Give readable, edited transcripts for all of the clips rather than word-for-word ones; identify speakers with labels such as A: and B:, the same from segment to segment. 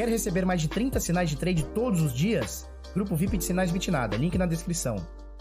A: Quer receber mais de 30 sinais de trade todos os dias? Grupo VIP de Sinais Bitnada, link na descrição.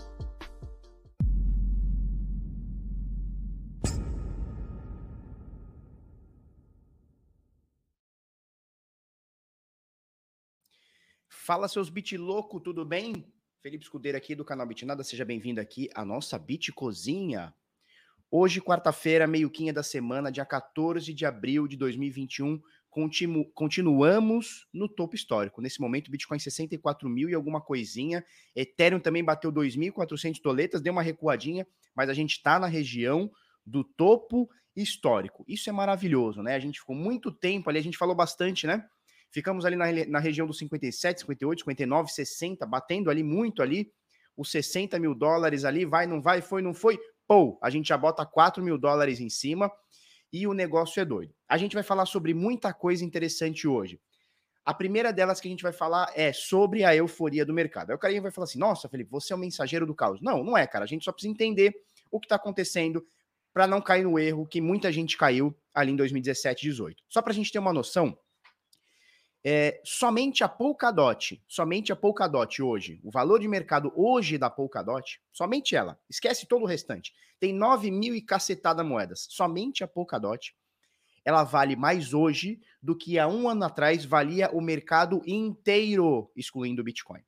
A: Fala, seus bit louco, tudo bem? Felipe Escudeiro aqui do canal Bitnada, seja bem-vindo aqui à nossa Bit Cozinha. Hoje, quarta-feira, meio-quinha da semana, dia 14 de abril de 2021, continuamos no topo histórico. Nesse momento, Bitcoin 64 mil e alguma coisinha. Ethereum também bateu 2.400 doletas, deu uma recuadinha, mas a gente está na região do topo histórico. Isso é maravilhoso, né? A gente ficou muito tempo ali, a gente falou bastante, né? Ficamos ali na região dos 57, 58, 59, 60, batendo ali muito ali, os 60 mil dólares ali, vai, não vai, foi, não foi. Pô, a gente já bota 4 mil dólares em cima e o negócio é doido. A gente vai falar sobre muita coisa interessante hoje. A primeira delas que a gente vai falar é sobre a euforia do mercado. Aí o carinha vai falar assim, nossa, Felipe, você é o mensageiro do caos. Não, não é, cara. A gente só precisa entender o que está acontecendo para não cair no erro que muita gente caiu ali em 2017, 2018. Só para a gente ter uma noção, somente a Polkadot hoje, o valor de mercado hoje da Polkadot, somente ela, esquece todo o restante, tem 9 mil e cacetada moedas, somente a Polkadot, ela vale mais hoje do que há um ano atrás valia o mercado inteiro, excluindo o Bitcoin.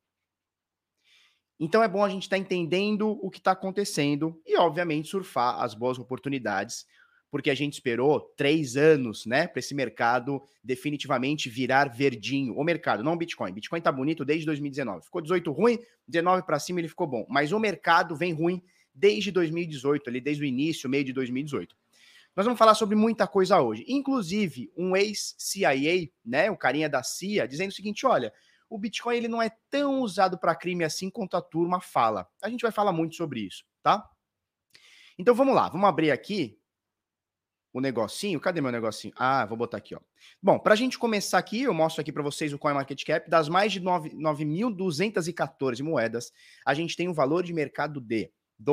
A: Então é bom a gente estar entendendo o que está acontecendo e, obviamente, surfar as boas oportunidades, porque a gente esperou 3 anos, né, para esse mercado definitivamente virar verdinho. O mercado, não o Bitcoin. Bitcoin tá bonito desde 2019. Ficou 18 ruim, 19 para cima ele ficou bom. Mas o mercado vem ruim desde 2018, ali desde o início, meio de 2018. Nós vamos falar sobre muita coisa hoje. Inclusive, um ex-CIA, né, o carinha da CIA, dizendo o seguinte, olha, o Bitcoin ele não é tão usado para crime assim quanto a turma fala. A gente vai falar muito sobre isso, tá? Então vamos lá, vamos abrir aqui o negocinho. Cadê meu negocinho? Ah, vou botar aqui, ó. Bom, para a gente começar aqui, eu mostro aqui para vocês o CoinMarketCap. Das mais de 9.214 moedas, a gente tem um valor de mercado de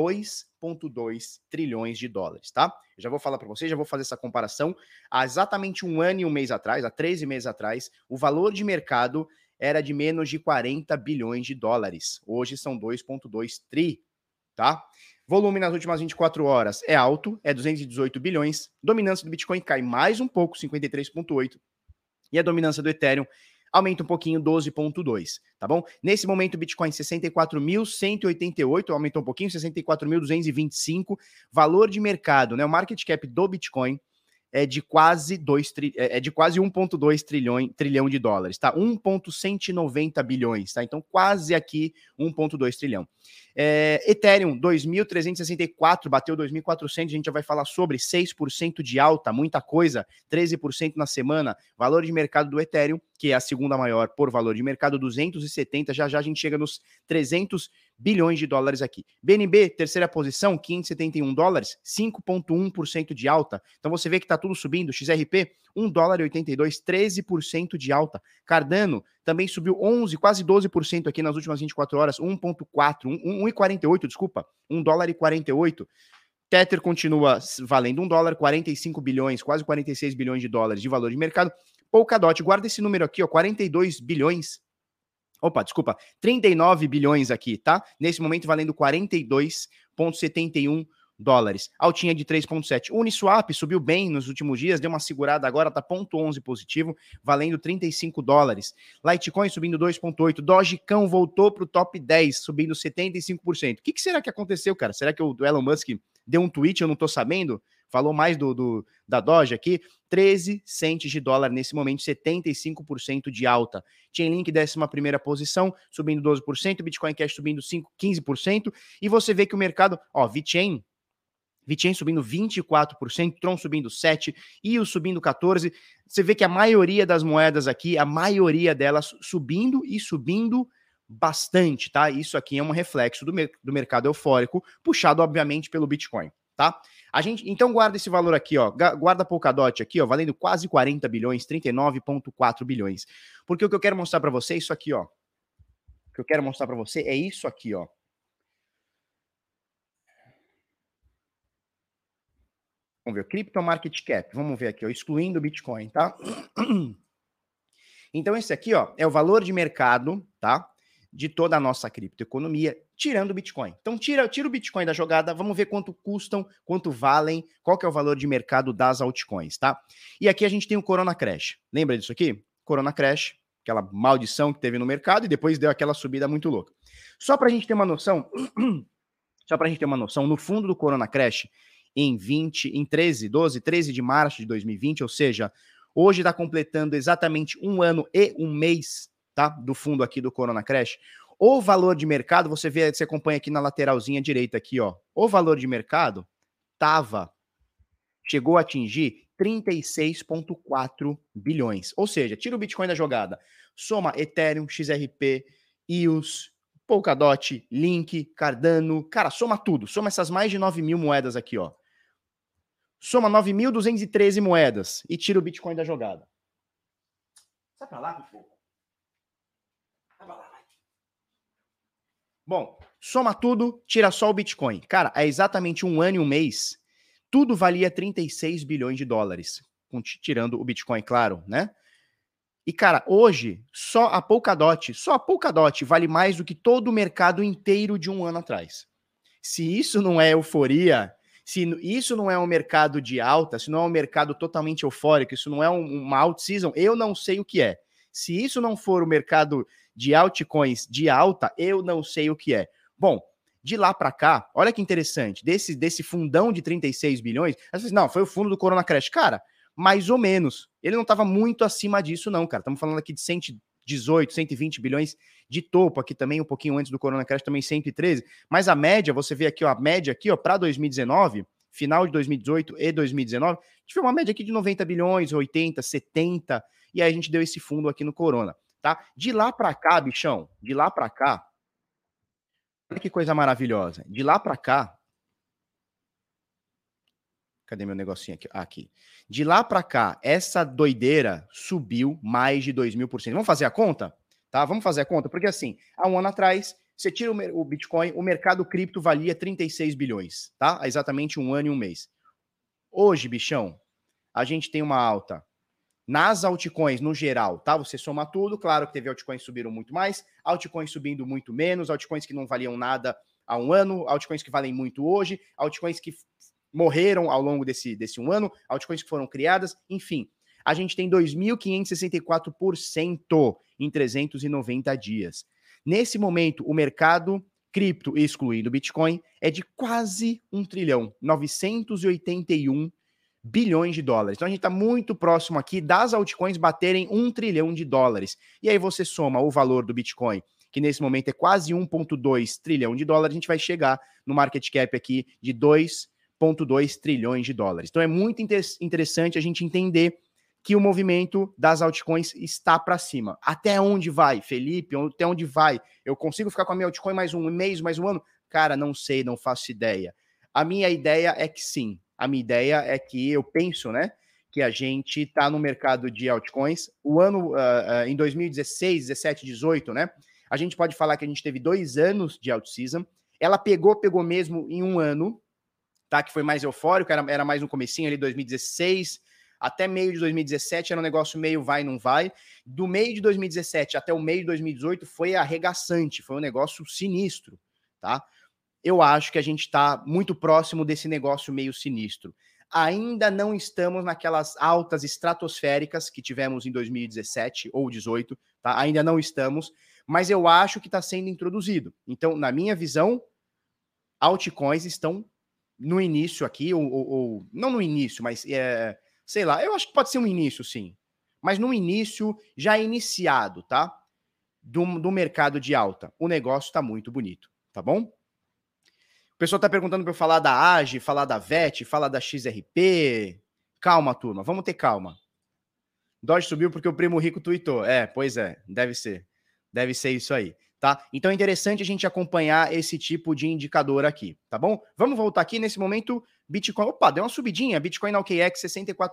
A: 2,2 trilhões de dólares, tá? Eu já vou falar para vocês, já vou fazer essa comparação. Há exatamente um ano e um mês atrás, há 13 meses atrás, o valor de mercado era de menos de 40 bilhões de dólares. Hoje são 2,2 tri, tá? Volume nas últimas 24 horas é alto, é 218 bilhões. Dominância do Bitcoin cai mais um pouco, 53,8. E a dominância do Ethereum aumenta um pouquinho, 12,2, tá bom? Nesse momento, o Bitcoin 64.188, aumentou um pouquinho, 64.225. Valor de mercado, né? O market cap do Bitcoin é de quase 1,2 trilhão de dólares, tá? 1,190 bilhões, tá? Então, quase aqui 1,2 trilhão. Ethereum, 2.364, bateu 2.400, a gente já vai falar sobre 6% de alta, muita coisa, 13% na semana. Valor de mercado do Ethereum, que é a segunda maior por valor de mercado, 270, já a gente chega nos 300 bilhões de dólares aqui. BNB, terceira posição, 571 dólares, 5,1% de alta. Então você vê que tá tudo subindo. XRP, 1 dólar e 82, 13% de alta. Cardano também subiu 11, quase 12% aqui nas últimas 24 horas, 1,4, 1,48, desculpa, 1 dólar e 48. Tether continua valendo 1 dólar, 45 bilhões, quase 46 bilhões de dólares de valor de mercado. Polkadot, guarda esse número aqui, ó, 42 bilhões. Opa, desculpa, 39 bilhões aqui, tá? Nesse momento valendo 42,71 dólares. Altinha de 3,7. Uniswap subiu bem nos últimos dias, deu uma segurada agora, tá 0,11 positivo, valendo 35 dólares. Litecoin subindo 2,8. Dogecoin voltou pro top 10, subindo 75%. O que será que aconteceu, cara? Será que o Elon Musk deu um tweet, eu não tô sabendo? Falou mais da Doge aqui, 13 centes de dólar nesse momento, 75% de alta. Chainlink, 11ª posição, subindo 12%, Bitcoin Cash subindo 15%, e você vê que o mercado, ó, VeChain subindo 24%, Tron subindo 7%, IO subindo 14%. Você vê que a maioria das moedas aqui, a maioria delas subindo e subindo bastante, tá? Isso aqui é um reflexo do mercado eufórico, puxado, obviamente, pelo Bitcoin, tá? Então guarda esse valor aqui, ó, guarda a Polkadot aqui, ó, valendo quase 40 bilhões, 39,4 bilhões. Porque o que eu quero mostrar para você é isso aqui, ó. O que eu quero mostrar para você é isso aqui, ó. Vamos ver, Crypto Market Cap, vamos ver aqui, ó, excluindo o Bitcoin, tá? Então esse aqui, ó, é o valor de mercado, tá? De toda a nossa criptoeconomia, tirando o Bitcoin. Então tira o Bitcoin da jogada, vamos ver quanto custam, quanto valem, qual que é o valor de mercado das altcoins, tá? E aqui a gente tem o Corona Crash. Lembra disso aqui? Corona Crash, aquela maldição que teve no mercado e depois deu aquela subida muito louca. Só pra gente ter uma noção, no fundo do Corona Crash, em 13 de março de 2020, ou seja, hoje está completando exatamente 1 ano e 1 mês, tá? Do fundo aqui do Corona Crash. O valor de mercado, você acompanha aqui na lateralzinha direita aqui, ó. O valor de mercado chegou a atingir 36,4 bilhões. Ou seja, tira o Bitcoin da jogada, soma Ethereum, XRP, EOS, Polkadot, Link, Cardano, cara, soma tudo, soma essas mais de 9 mil moedas aqui, ó. Soma 9.213 moedas e tira o Bitcoin da jogada. Sai pra lá, pô. Sai pra lá. Bom, soma tudo, tira só o Bitcoin. Cara, é exatamente 1 ano e 1 mês, tudo valia 36 bilhões de dólares, tirando o Bitcoin, claro, né? E, cara, hoje, só a Polkadot vale mais do que todo o mercado inteiro de 1 ano atrás. Se isso não é euforia, se isso não é um mercado de alta, se não é um mercado totalmente eufórico, isso não é uma out-season, eu não sei o que é. Se isso não for o mercado de altcoins de alta, eu não sei o que é. Bom, de lá para cá, olha que interessante, desse fundão de 36 bilhões, às vezes, não, foi o fundo do Corona Crash. Cara, mais ou menos. Ele não estava muito acima disso, não, cara. Estamos falando aqui de 118, 120 bilhões de topo, aqui também um pouquinho antes do Corona Crash, também 113. Mas a média, você vê aqui, ó, a média aqui, ó, para 2019, final de 2018 e 2019, a gente vê uma média aqui de 90 bilhões, 80, 70, e aí a gente deu esse fundo aqui no Corona, tá? De lá para cá, bichão, de lá para cá, olha que coisa maravilhosa. De lá para cá, cadê meu negocinho aqui? Aqui. De lá para cá, essa doideira subiu mais de 2.000%. Vamos fazer a conta? Tá? Vamos fazer a conta? Porque assim, há 1 ano atrás, você tira o Bitcoin, o mercado cripto valia 36 bilhões, tá? Há exatamente 1 ano e 1 mês. Hoje, bichão, a gente tem uma alta nas altcoins no geral, tá? Você soma tudo, claro que teve altcoins que subiram muito mais, altcoins subindo muito menos, altcoins que não valiam nada há 1 ano, altcoins que valem muito hoje, altcoins que morreram ao longo desse 1 ano, altcoins que foram criadas, enfim. A gente tem 2.564% em 390 dias. Nesse momento, o mercado cripto, excluindo o Bitcoin, é de quase 1 trilhão, 981 bilhões de dólares. Então a gente está muito próximo aqui das altcoins baterem 1 trilhão de dólares. E aí você soma o valor do Bitcoin, que nesse momento é quase 1,2 trilhão de dólares, a gente vai chegar no market cap aqui de 2,2 trilhões de dólares. Então é muito interessante a gente entender que o movimento das altcoins está para cima. Até onde vai, Felipe? Até onde vai? Eu consigo ficar com a minha altcoin mais 1 mês, mais 1 ano? Cara, não sei, não faço ideia. A minha ideia é que sim. A minha ideia é que eu penso, né, que a gente está no mercado de altcoins. O ano, em 2016, 17, 18, né, a gente pode falar que a gente teve 2 anos de alt-season. Ela pegou mesmo em 1 ano, tá, que foi mais eufórico, era mais no comecinho ali, 2016, até meio de 2017 era um negócio meio vai, não vai. Do meio de 2017 até o meio de 2018 foi arregaçante, foi um negócio sinistro, tá? Eu acho que a gente está muito próximo desse negócio meio sinistro. Ainda não estamos naquelas altas estratosféricas que tivemos em 2017 ou 2018, tá? Ainda não estamos, mas eu acho que está sendo introduzido. Então, na minha visão, altcoins estão no início aqui, ou não no início, mas sei lá, eu acho que pode ser um início, sim. Mas no início, já iniciado, tá? Do mercado de alta. O negócio está muito bonito, tá bom? O pessoal está perguntando para eu falar da AGE, falar da VET, falar da XRP. Calma, turma, vamos ter calma. Doge subiu porque o primo rico tweetou. Pois é, deve ser. Deve ser isso aí, tá? Então é interessante a gente acompanhar esse tipo de indicador aqui, tá bom? Vamos voltar aqui nesse momento, Bitcoin, opa, deu uma subidinha, Bitcoin na OKEx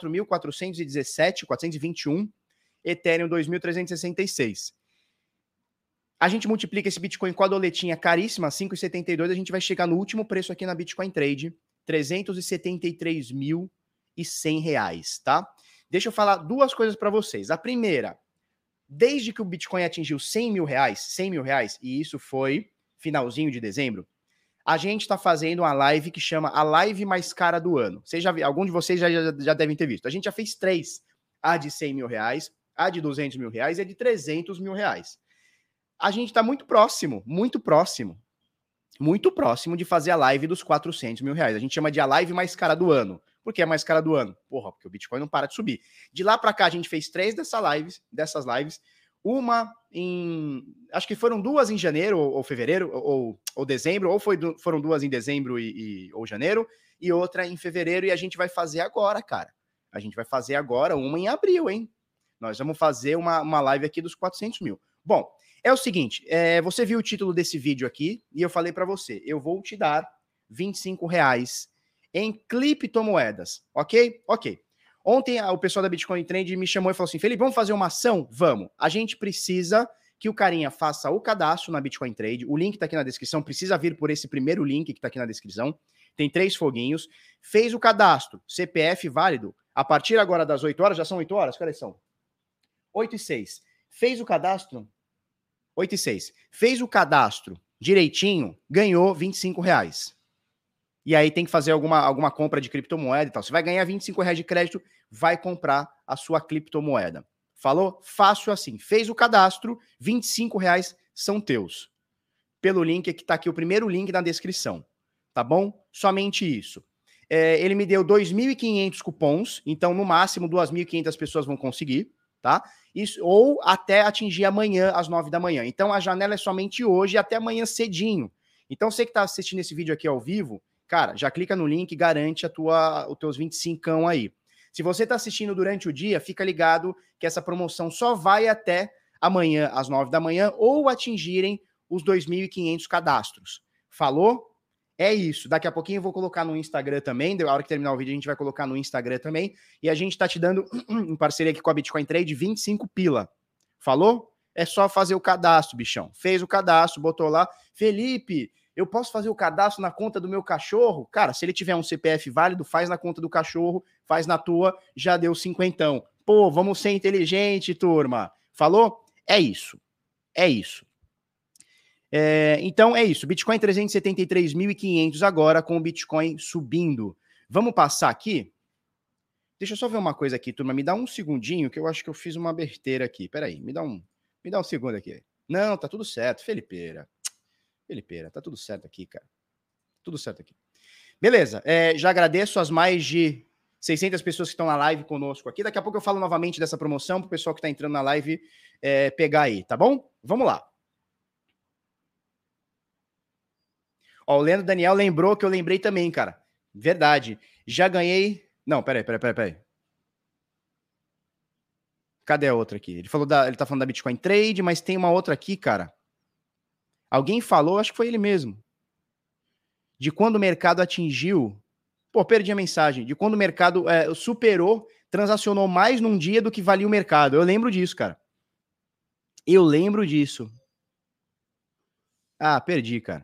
A: 64.417, 421, Ethereum 2.366. A gente multiplica esse Bitcoin com a doletinha caríssima, 5,72, a gente vai chegar no último preço aqui na Bitcoin Trade, R$373.100, tá? Deixa eu falar 2 coisas para vocês. A primeira, desde que o Bitcoin atingiu 100 mil reais, e isso foi finalzinho de dezembro, a gente está fazendo uma live que chama a live mais cara do ano. Algum de vocês já devem ter visto. A gente já fez 3. A de 100 mil reais, a de 200 mil reais e a de 300 mil reais. A gente está muito próximo de fazer a live dos 400 mil reais. A gente chama de a live mais cara do ano. Por que é mais cara do ano? Porra, porque o Bitcoin não para de subir. De lá para cá, a gente fez 3 dessas lives. Uma acho que foram 2 em janeiro ou fevereiro, ou dezembro, ou foram 2 em dezembro ou janeiro, e outra em fevereiro, e a gente vai fazer agora, cara. A gente vai fazer agora uma em abril, hein? Nós vamos fazer uma live aqui dos 400 mil. Bom, é o seguinte, você viu o título desse vídeo aqui, e eu falei para você, eu vou te dar R$25 em criptomoedas, ok? Ok. Ontem o pessoal da Bitcoin Trend me chamou e falou assim, Felipe, vamos fazer uma ação? Vamos. A gente precisa que o carinha faça o cadastro na Bitcoin Trade, o link tá aqui na descrição, precisa vir por esse primeiro link que tá aqui na descrição, tem 3 foguinhos, fez o cadastro, CPF válido, a partir agora das 8 horas, já são 8 horas? Que horas são? 8h06. Fez o cadastro? 8h06. Fez o cadastro direitinho, ganhou R$25. E aí tem que fazer alguma compra de criptomoeda e tal. Você vai ganhar R$25 de crédito, vai comprar a sua criptomoeda. Falou? Fácil assim. Fez o cadastro, R$25 são teus. Pelo link que tá aqui, o primeiro link na descrição. Tá bom? Somente isso. Ele me deu 2.500 cupons, então no máximo 2.500 pessoas vão conseguir, tá? Isso, ou até atingir amanhã às 9 da manhã. Então a janela é somente hoje até amanhã cedinho. Então você que tá assistindo esse vídeo aqui ao vivo, cara, já clica no link e garante os teus 25 aí. Se você tá assistindo durante o dia, fica ligado que essa promoção só vai até amanhã às 9 da manhã ou atingirem os 2.500 cadastros. Falou? É isso. Daqui a pouquinho eu vou colocar no Instagram também. Na hora que terminar o vídeo, a gente vai colocar no Instagram também. E a gente tá te dando, em parceria aqui com a Bitcoin Trade, 25 pila. Falou? É só fazer o cadastro, bichão. Fez o cadastro, botou lá. Felipe, eu posso fazer o cadastro na conta do meu cachorro? Cara, se ele tiver um CPF válido, faz na conta do cachorro, faz na tua, já deu 50. Pô, vamos ser inteligente, turma. Falou? É isso. É isso. Então é isso, Bitcoin 373.500 agora, com o Bitcoin subindo. Vamos passar aqui? Deixa eu só ver uma coisa aqui, turma, me dá um segundinho, que eu acho que eu fiz uma besteira aqui. Peraí, me dá um segundo aqui. Não, tá tudo certo, Felipeira, tá tudo certo aqui, cara. Tudo certo aqui. Beleza, já agradeço as mais de 600 pessoas que estão na live conosco aqui. Daqui a pouco eu falo novamente dessa promoção pro pessoal que tá entrando na live pegar aí, tá bom? Vamos lá. Ó, o Leandro Daniel lembrou que eu lembrei também, cara. Verdade. Já ganhei... Não, peraí. Cadê a outra aqui? Ele tá falando da Bitcoin Trade, mas tem uma outra aqui, cara. Alguém falou, acho que foi ele mesmo. De quando o mercado atingiu... Pô, perdi a mensagem. De quando o mercado superou, transacionou mais num dia do que valia o mercado. Eu lembro disso, cara. Eu lembro disso. Ah, perdi, cara.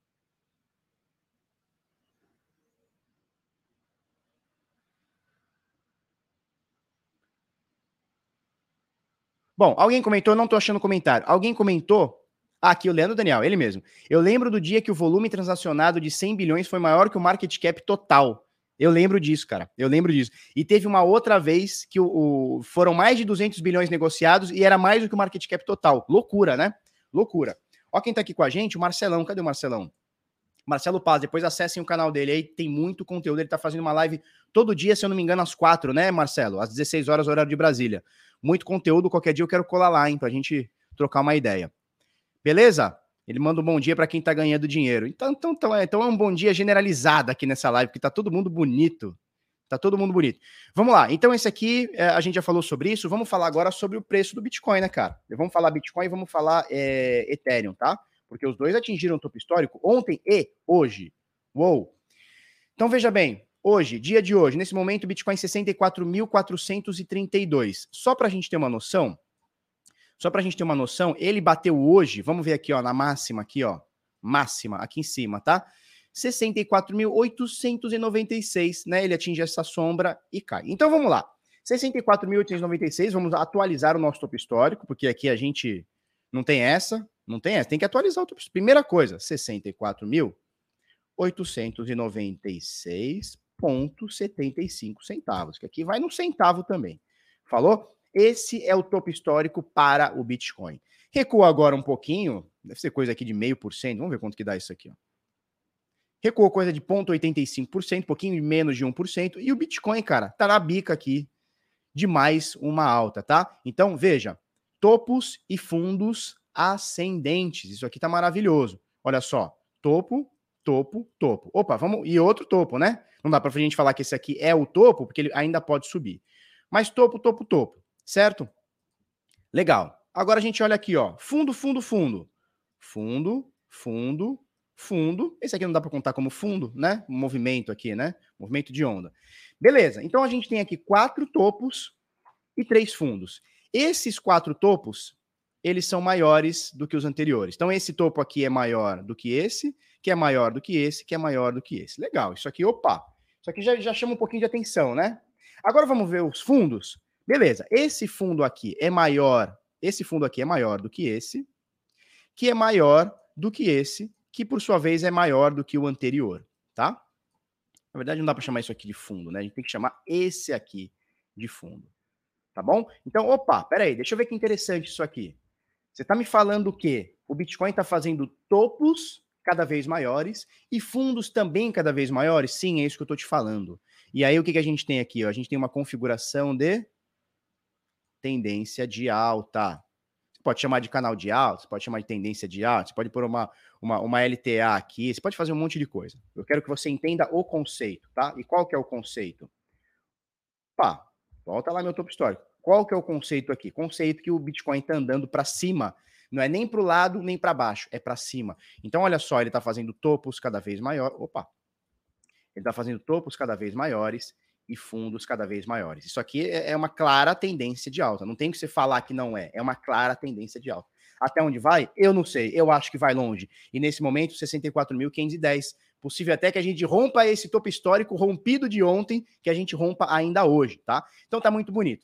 A: Bom, alguém comentou, não tô achando comentário. Alguém comentou? Ah, aqui o Leandro Daniel, ele mesmo. Eu lembro do dia que o volume transacionado de 100 bilhões foi maior que o market cap total. Eu lembro disso, cara. Eu lembro disso. E teve uma outra vez que foram mais de 200 bilhões negociados e era mais do que o market cap total. Loucura, né? Loucura. Ó quem tá aqui com a gente, o Marcelão. Cadê o Marcelão? Marcelo Paz, depois acessem o canal dele aí, tem muito conteúdo. Ele tá fazendo uma live todo dia, se eu não me engano, às 4, né, Marcelo? Às 16 horas, horário de Brasília. Muito conteúdo, qualquer dia eu quero colar lá, hein, pra gente trocar uma ideia. Beleza? Ele manda um bom dia para quem tá ganhando dinheiro. Então é um bom dia generalizado aqui nessa live, porque tá todo mundo bonito. Tá todo mundo bonito. Vamos lá. Então esse aqui, a gente já falou sobre isso. Vamos falar agora sobre o preço do Bitcoin, né, cara? Vamos falar Bitcoin e vamos falar Ethereum, tá? Porque os dois atingiram o topo histórico ontem e hoje. Uou! Então veja bem, hoje, dia de hoje, nesse momento, o Bitcoin 64.432. Só para a gente ter uma noção, ele bateu hoje, vamos ver aqui, ó, na máxima aqui, ó, máxima, aqui em cima, tá? 64.896, né? Ele atinge essa sombra e cai. Então vamos lá. 64.896, vamos atualizar o nosso topo histórico, porque aqui a gente não tem essa, tem que atualizar o topo histórico. Primeira coisa, 64.896,75 centavos, que aqui vai no centavo também. Falou? Esse é o topo histórico para o Bitcoin. Recua agora um pouquinho, deve ser coisa aqui de 0,5%, vamos ver quanto que dá isso aqui, ó. Recuou coisa de 0,85%, um pouquinho menos de 1%, e o Bitcoin, cara, tá na bica aqui de mais uma alta, tá? Então, veja, topos e fundos ascendentes. Isso aqui tá maravilhoso. Olha só, topo, topo, topo. Opa, vamos... E outro topo, né? Não dá pra gente falar que esse aqui é o topo, porque ele ainda pode subir. Mas topo, topo, topo, certo? Legal. Agora a gente olha aqui, ó. Fundo, fundo, fundo. Fundo, fundo, fundo. Esse aqui não dá para contar como fundo, né? Um movimento aqui, né? Movimento de onda. Beleza. Então a gente tem aqui 4 topos e 3 fundos. Esses 4 topos, eles são maiores do que os anteriores. Então esse topo aqui é maior do que esse, que é maior do que esse, que é maior do que esse. Legal. Isso aqui, opa. Isso aqui já chama um pouquinho de atenção, né? Agora vamos ver os fundos. Beleza. Esse fundo aqui é maior. Esse fundo aqui é maior do que esse, que é maior do que esse, que por sua vez é maior do que o anterior, tá? Na verdade não dá para chamar isso aqui de fundo, né? A gente tem que chamar esse aqui de fundo, tá bom? Então, opa, peraí, deixa eu ver que interessante isso aqui. Você tá me falando que o Bitcoin tá fazendo topos cada vez maiores e fundos também cada vez maiores? Sim, é isso que eu tô te falando. E aí o que a gente tem aqui? Ó? A gente tem uma configuração de tendência de alta. Você pode chamar de canal de alta, você pode chamar de tendência de alta, você pode pôr uma LTA aqui, você pode fazer um monte de coisa. Eu quero que você entenda o conceito, tá? E qual que é o conceito? Pá, volta lá meu topo histórico. Qual que é o conceito aqui? Conceito que o Bitcoin está andando para cima. Não é nem para o lado, nem para baixo, é para cima. Então, olha só, ele está fazendo topos cada vez maiores. Opa! Ele está fazendo topos cada vez maiores e fundos cada vez maiores. Isso aqui é uma clara tendência de alta. Não tem que você falar que não é. É uma clara tendência de alta. Até onde vai? Eu não sei. Eu acho que vai longe. E nesse momento, 64.510. Possível até que a gente rompa esse topo histórico rompido de ontem, que a gente rompa ainda hoje, tá? Então tá muito bonito.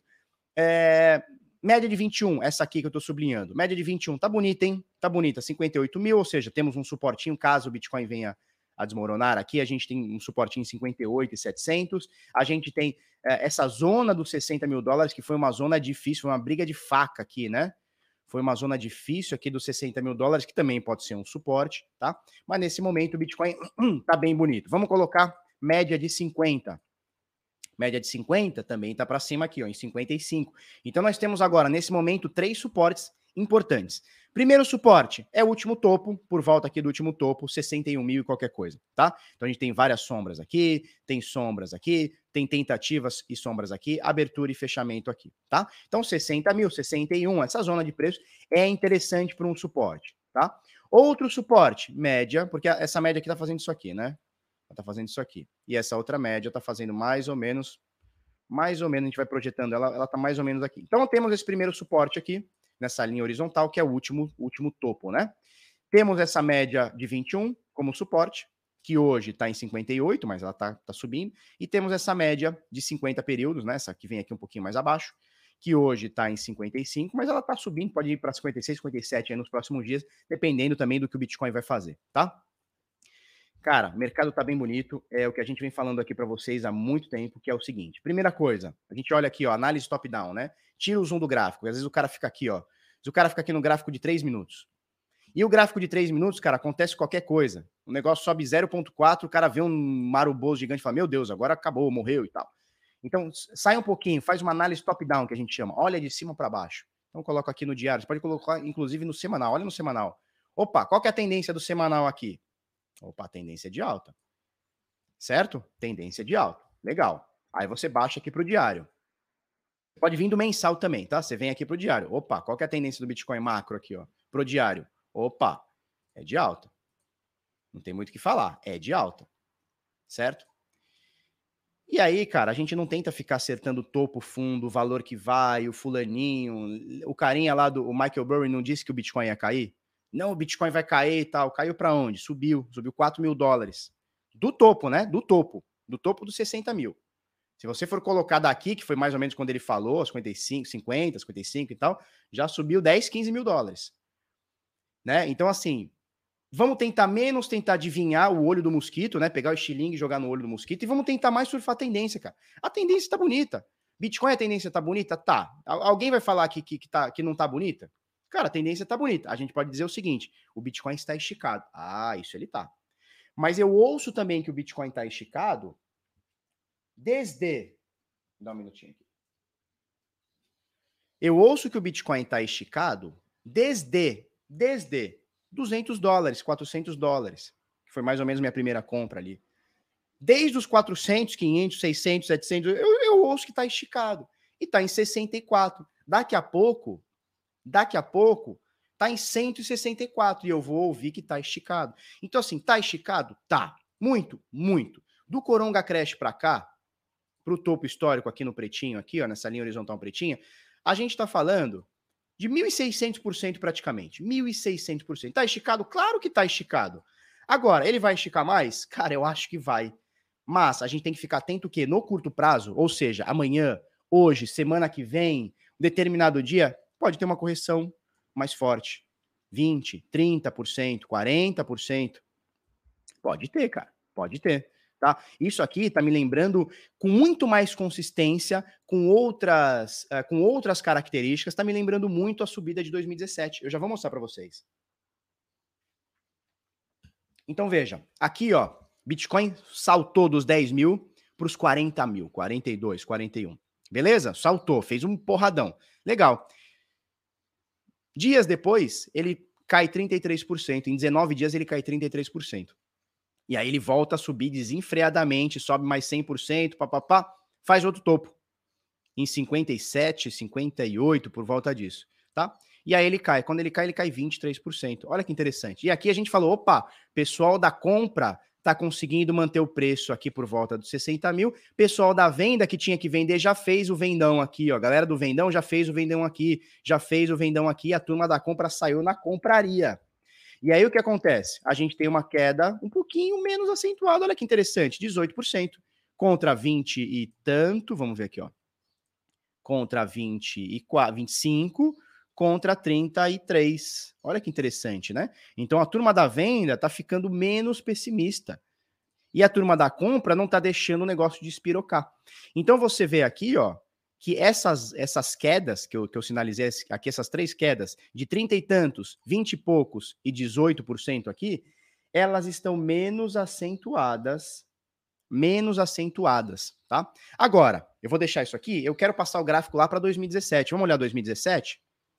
A: Média de 21, essa aqui que eu tô sublinhando. Média de 21, tá bonita, hein? Tá bonita, 58 mil, ou seja, temos um suportinho caso o Bitcoin venha a desmoronar. Aqui a gente tem um suportinho em 58.700. A gente tem essa zona dos 60 mil dólares, que foi uma zona difícil, foi uma briga de faca aqui, né? Foi uma zona difícil aqui dos 60 mil dólares, que também pode ser um suporte, tá? Mas nesse momento o Bitcoin tá bem bonito. Vamos colocar média de 50. Média de 50 também tá para cima aqui, ó, em 55. Então nós temos agora, nesse momento, 3 suportes importantes. Primeiro suporte é o último topo, por volta aqui do último topo, 61 mil e qualquer coisa, tá? Então a gente tem várias sombras aqui, tem sombras aqui, tem tentativas e sombras aqui, abertura e fechamento aqui, tá? Então 60 mil, 61, essa zona de preço é interessante para um suporte, tá? Outro suporte, média, porque essa média aqui tá fazendo isso aqui, né? Ela tá fazendo isso aqui. E essa outra média tá fazendo mais ou menos, a gente vai projetando ela tá mais ou menos aqui. Então temos esse primeiro suporte aqui, nessa linha horizontal, que é o último topo, né? Temos essa média de 21 como suporte, que hoje está em 58, mas ela tá subindo. E temos essa média de 50 períodos, né? Essa que vem aqui um pouquinho mais abaixo, que hoje está em 55, mas ela está subindo, pode ir para 56, 57 aí nos próximos dias, dependendo também do que o Bitcoin vai fazer, tá? Cara, o mercado tá bem bonito, é o que a gente vem falando aqui para vocês há muito tempo, que é o seguinte. Primeira coisa, a gente olha aqui, ó, análise top-down, né? Tira o zoom do gráfico, às vezes o cara fica aqui, ó. O cara fica aqui no gráfico de 3 minutos. E o gráfico de 3 minutos, cara, acontece qualquer coisa. O negócio sobe 0,4, o cara vê um maruboso gigante e fala, meu Deus, agora acabou, morreu e tal. Então, sai um pouquinho, faz uma análise top-down, que a gente chama. Olha de cima para baixo. Então, coloca aqui no diário. Você pode colocar, inclusive, no semanal. Olha no semanal. Opa, qual que é a tendência do semanal aqui? Opa, tendência de alta. Certo? Tendência de alta. Legal. Aí você baixa aqui para o diário. Pode vir do mensal também, tá? Você vem aqui para o diário. Opa, qual que é a tendência do Bitcoin macro aqui, ó? Pro diário. Opa, é de alta. Não tem muito o que falar. É de alta. Certo? E aí, cara, a gente não tenta ficar acertando o topo, fundo, o valor que vai, o fulaninho. O carinha lá do Michael Burry não disse que o Bitcoin ia cair? Não, o Bitcoin vai cair e tal. Caiu para onde? Subiu 4 mil dólares. Do topo, né? Do topo dos 60 mil. Se você for colocar daqui, que foi mais ou menos quando ele falou, 55, 50, 55 e tal, já subiu 10, 15 mil dólares. Né? Então, assim, vamos tentar menos tentar adivinhar o olho do mosquito, né? Pegar o estilingue e jogar no olho do mosquito, e vamos tentar mais surfar a tendência, cara. A tendência tá bonita. Bitcoin, a tendência tá bonita? Tá. Alguém vai falar que não tá bonita? Cara, a tendência tá bonita. A gente pode dizer o seguinte, o Bitcoin está esticado. Ah, isso ele tá. Mas eu ouço também que o Bitcoin tá esticado desde... Dá um minutinho aqui. Eu ouço que o Bitcoin tá esticado desde 200 dólares, 400 dólares, que foi mais ou menos minha primeira compra ali. Desde os 400, 500, 600, 700, eu ouço que está esticado. E está em 64. Daqui a pouco, está em 164. E eu vou ouvir que está esticado. Então, assim, está esticado? Tá. Muito, muito. Do Coronga Crash para cá, para o topo histórico aqui no pretinho, aqui, ó, nessa linha horizontal pretinha, a gente está falando de 1.600% praticamente. 1.600%. Está esticado? Claro que está esticado. Agora, ele vai esticar mais? Cara, eu acho que vai. Mas a gente tem que ficar atento que no curto prazo, ou seja, amanhã, hoje, semana que vem, um determinado dia, pode ter uma correção mais forte. 20%, 30%, 40%. Pode ter, cara. Pode ter. Tá? Isso aqui está me lembrando com muito mais consistência, com outras características, está me lembrando muito a subida de 2017. Eu já vou mostrar para vocês. Então veja, aqui ó, Bitcoin saltou dos 10 mil para os 40 mil, 42, 41. Beleza? Saltou, fez um porradão. Legal. Dias depois, ele cai 33%. Em 19 dias, ele cai 33%. E aí ele volta a subir desenfreadamente, sobe mais 100%, papapá, faz outro topo. Em 57, 58, por volta disso, tá? E aí ele cai. Quando ele cai 23%. Olha que interessante. E aqui a gente falou, opa, pessoal da compra tá conseguindo manter o preço aqui por volta dos 60 mil. Pessoal da venda que tinha que vender já fez o vendão aqui, ó. Galera do vendão já fez o vendão aqui, já fez o vendão aqui. A turma da compra saiu na compraria. E aí o que acontece? A gente tem uma queda um pouquinho menos acentuada. Olha que interessante, 18%. Contra 20 e tanto, vamos ver aqui, ó. Contra 25, contra 33. Olha que interessante, né? Então a turma da venda tá ficando menos pessimista. E a turma da compra não tá deixando o negócio de espirocar. Então você vê aqui, ó, que essas quedas que eu sinalizei aqui, essas três quedas, de 30 e tantos, 20 e poucos e 18% aqui, elas estão menos acentuadas, tá? Agora, eu vou deixar isso aqui, eu quero passar o gráfico lá para 2017. Vamos olhar 2017?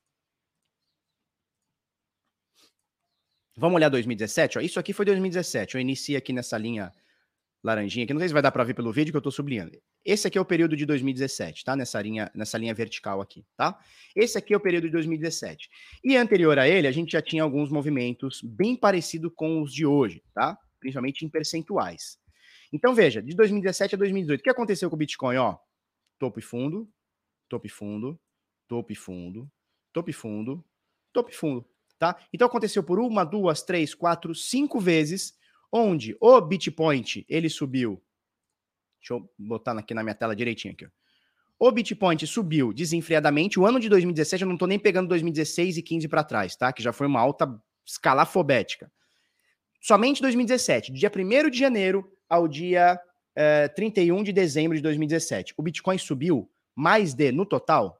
A: Vamos olhar 2017? Ó, isso aqui foi 2017. Eu iniciei aqui nessa linha laranjinha, que não sei se vai dar para ver pelo vídeo que eu estou sublinhando. Esse aqui é o período de 2017, tá? Nessa linha vertical aqui, tá? Esse aqui é o período de 2017. E anterior a ele, a gente já tinha alguns movimentos bem parecidos com os de hoje, tá? Principalmente em percentuais. Então, veja, de 2017 a 2018, o que aconteceu com o Bitcoin, ó? Topo e fundo, topo e fundo, topo e fundo, topo e fundo, topo e fundo, tá? Então, aconteceu por 1, 2, 3, 4, 5 vezes, onde o Bitcoin, ele subiu, deixa eu botar aqui na minha tela direitinho aqui, ó. O Bitcoin subiu desenfreadamente, o ano de 2017, eu não tô nem pegando 2016 e 15 para trás, tá? Que já foi uma alta escalafobética. Somente 2017, do dia 1º de janeiro ao dia 31 de dezembro de 2017, o Bitcoin subiu mais de, no total,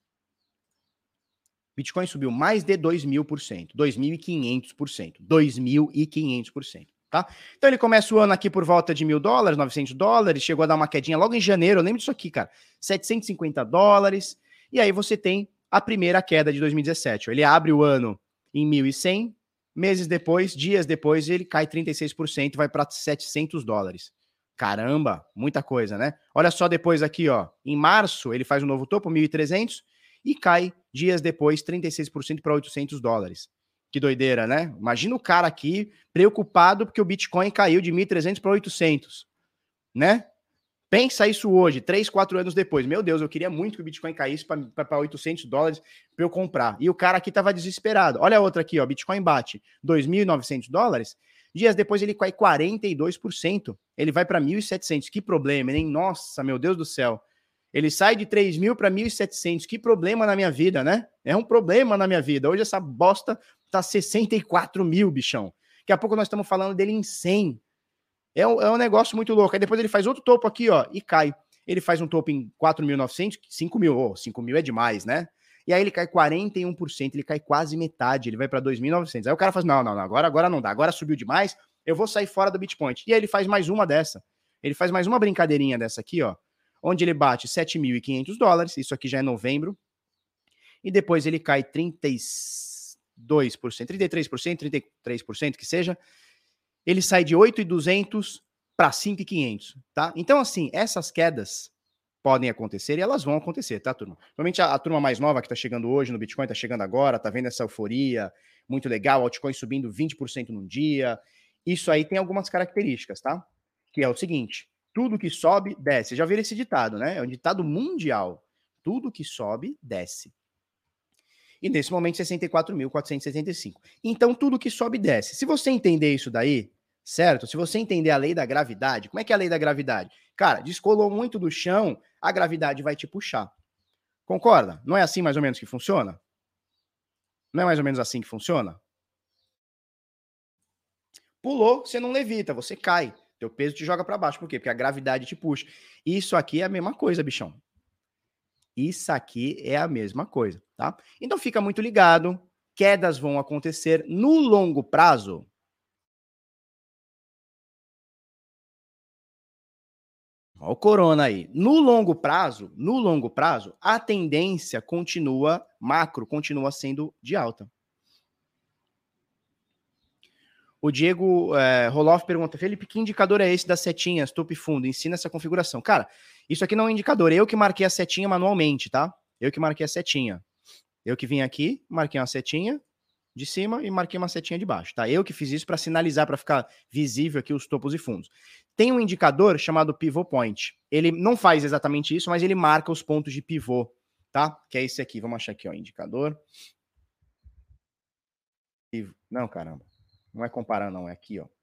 A: Bitcoin subiu mais de 2.000%, 2.500%, 2.500%. Tá? Então ele começa o ano aqui por volta de $1.000, 900 dólares, chegou a dar uma quedinha logo em janeiro, eu lembro disso aqui, cara, 750 dólares, e aí você tem a primeira queda de 2017. Ele abre o ano em 1.100, meses depois, dias depois, ele cai 36% e vai para 700 dólares. Caramba, muita coisa, né? Olha só depois aqui, ó, em março ele faz um novo topo, 1.300, e cai dias depois 36% para 800 dólares. Que doideira, né? Imagina o cara aqui preocupado porque o Bitcoin caiu de 1.300 para 800, né? Pensa isso hoje, 3, 4 anos depois. Meu Deus, eu queria muito que o Bitcoin caísse para 800 dólares para eu comprar. E o cara aqui tava desesperado. Olha a outra aqui, ó, Bitcoin bate 2.900 dólares, Dias depois ele cai 42%. Ele vai para 1.700. Que problema, hein? Nossa, meu Deus do céu. Ele sai de 3.000 para 1.700. Que problema na minha vida, né? É um problema na minha vida. Hoje essa bosta tá 64 mil, bichão. Daqui a pouco nós estamos falando dele em 100. É um negócio muito louco. Aí depois ele faz outro topo aqui, ó, e cai. Ele faz um topo em 4.900, 5 mil. Oh, 5 mil é demais, né? E aí ele cai 41%, ele cai quase metade, ele vai para 2.900. Aí o cara faz, não, agora não dá, agora subiu demais, eu vou sair fora do Bitcoin. E aí ele faz mais uma dessa. Ele faz mais uma brincadeirinha dessa aqui, ó, onde ele bate 7.500 dólares, isso aqui já é novembro, e depois ele cai 32%, 33%, 33% que seja, ele sai de 8.200 para 5.500, tá? Então, assim, essas quedas podem acontecer e elas vão acontecer, tá, turma? Normalmente a turma mais nova que tá chegando hoje no Bitcoin, tá chegando agora, tá vendo essa euforia, muito legal, altcoin subindo 20% num dia. Isso aí tem algumas características, tá? Que é o seguinte, tudo que sobe, desce. Já viram esse ditado, né? É um ditado mundial. Tudo que sobe, desce. E nesse momento, 64.475. Então, tudo que sobe, desce. Se você entender isso daí, certo? Se você entender a lei da gravidade, como é que é a lei da gravidade? Cara, descolou muito do chão, a gravidade vai te puxar. Concorda? Não é assim mais ou menos que funciona? Não é mais ou menos assim que funciona? Pulou, você não levita, você cai. Teu peso te joga para baixo. Por quê? Porque a gravidade te puxa. Isso aqui é a mesma coisa, bichão. Isso aqui é a mesma coisa, tá? Então fica muito ligado, quedas vão acontecer no longo prazo. Olha o corona aí. No longo prazo, a tendência continua, macro, continua sendo de alta. O Diego Roloff pergunta, Felipe, que indicador é esse das setinhas, topo e fundo? Ensina essa configuração. Cara, isso aqui não é um indicador, eu que marquei a setinha manualmente, tá? Eu que marquei a setinha. Eu que vim aqui, marquei uma setinha de cima e marquei uma setinha de baixo, tá? Eu que fiz isso para sinalizar, para ficar visível aqui os topos e fundos. Tem um indicador chamado Pivot Point. Ele não faz exatamente isso, mas ele marca os pontos de pivô, tá? Que é esse aqui. Vamos achar aqui, ó, indicador. Não, caramba. Não é comparar, não. É aqui, ó.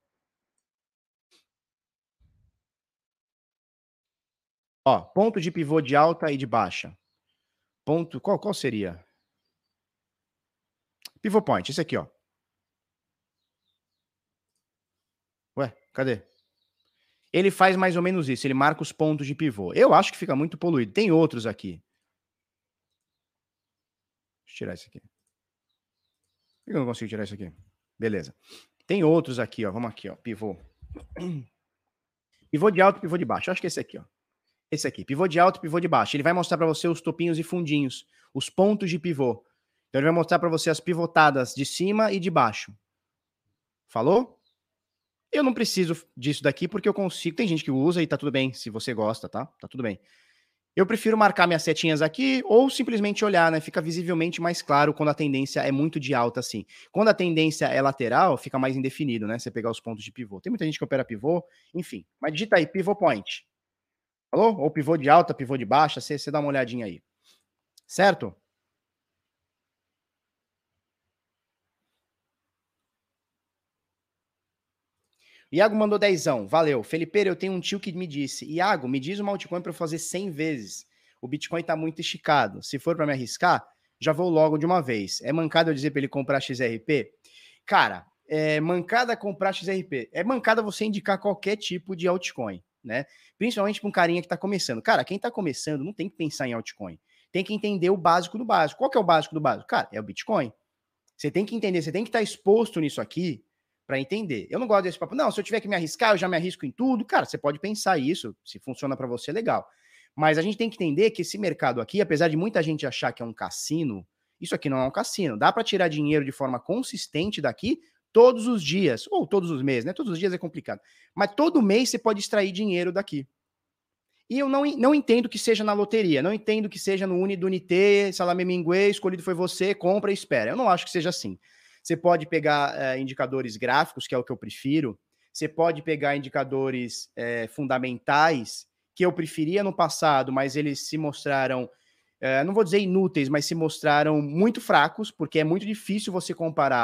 A: Ó, ponto de pivô de alta e de baixa. Ponto, qual seria? Pivot Point, esse aqui, ó. Ué, cadê? Ele faz mais ou menos isso, ele marca os pontos de pivô. Eu acho que fica muito poluído. Tem outros aqui. Deixa eu tirar isso aqui. Por que eu não consigo tirar isso aqui? Beleza. Tem outros aqui, ó. Vamos aqui, ó. Pivô. Pivô de alto e pivô de baixo. Eu acho que é esse aqui, ó. Esse aqui. Pivô de alto e pivô de baixo. Ele vai mostrar para você os topinhos e fundinhos. Os pontos de pivô. Então ele vai mostrar para você as pivotadas de cima e de baixo. Falou? Eu não preciso disso daqui porque eu consigo. Tem gente que usa e tá tudo bem. Se você gosta, tá? Tá tudo bem. Eu prefiro marcar minhas setinhas aqui ou simplesmente olhar, né? Fica visivelmente mais claro quando a tendência é muito de alta, assim. Quando a tendência é lateral, fica mais indefinido, né? Você pegar os pontos de pivô. Tem muita gente que opera pivô, enfim. Mas digita aí, pivô point. Falou? Ou pivô de alta, pivô de baixa, você dá uma olhadinha aí. Certo? Iago mandou dezão. Valeu. Felipe, eu tenho um tio que me disse, Iago, me diz uma altcoin para eu fazer 100 vezes. O Bitcoin tá muito esticado. Se for para me arriscar, já vou logo de uma vez. É mancada eu dizer para ele comprar XRP? Cara, é mancada comprar XRP. É mancada você indicar qualquer tipo de altcoin, né? Principalmente para um carinha que tá começando. Cara, quem tá começando não tem que pensar em altcoin. Tem que entender o básico do básico. Qual que é o básico do básico? Cara, é o Bitcoin. Você tem que entender, você tem que estar exposto nisso aqui para entender. Eu não gosto desse papo. Não, se eu tiver que me arriscar, eu já me arrisco em tudo. Cara, você pode pensar isso. Se funciona para você, legal. Mas a gente tem que entender que esse mercado aqui, apesar de muita gente achar que é um cassino, isso aqui não é um cassino. Dá para tirar dinheiro de forma consistente daqui todos os dias, ou todos os meses, né? Todos os dias é complicado. Mas todo mês você pode extrair dinheiro daqui. E eu não entendo que seja na loteria, não entendo que seja no Unidunité, Salame Minguê, escolhido foi você, compra e espera. Eu não acho que seja assim. Você pode pegar indicadores gráficos, que é o que eu prefiro, você pode pegar indicadores fundamentais, que eu preferia no passado, mas eles se mostraram, não vou dizer inúteis, mas se mostraram muito fracos, porque é muito difícil você comparar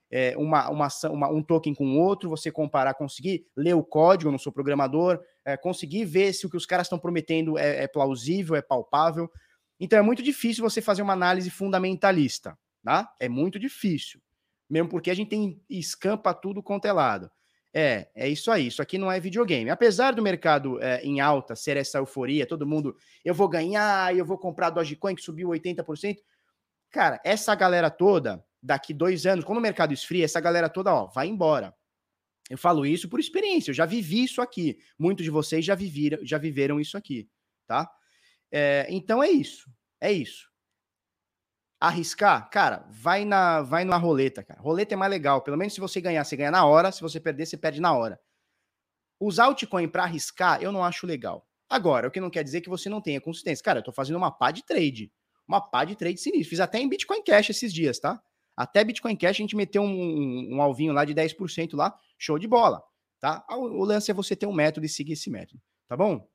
A: um token com outro, você comparar, conseguir ler o código, eu não sou programador, conseguir ver se o que os caras estão prometendo é plausível, é palpável. Então é muito difícil você fazer uma análise fundamentalista, tá? É muito difícil. Mesmo porque a gente tem escampa tudo quanto é lado. É isso aí. Isso aqui não é videogame. Apesar do mercado em alta ser essa euforia, todo mundo, eu vou ganhar, eu vou comprar Dogecoin que subiu 80%. Cara, essa galera toda, daqui 2 anos, quando o mercado esfria, essa galera toda, ó, vai embora. Eu falo isso por experiência, eu já vivi isso aqui. Muitos de vocês já viveram isso aqui, tá? Então é isso. É isso. Arriscar, cara, vai na roleta, cara. Roleta é mais legal. Pelo menos se você ganhar, você ganha na hora. Se você perder, você perde na hora. Usar altcoin para arriscar, eu não acho legal. Agora, o que não quer dizer que você não tenha consistência. Cara, eu tô fazendo uma pá de trade. Uma pá de trade sinistro. Fiz até em Bitcoin Cash esses dias, tá? Até Bitcoin Cash a gente meteu um alvinho lá de 10% lá. Show de bola, tá? O lance é você ter um método e seguir esse método, tá bom?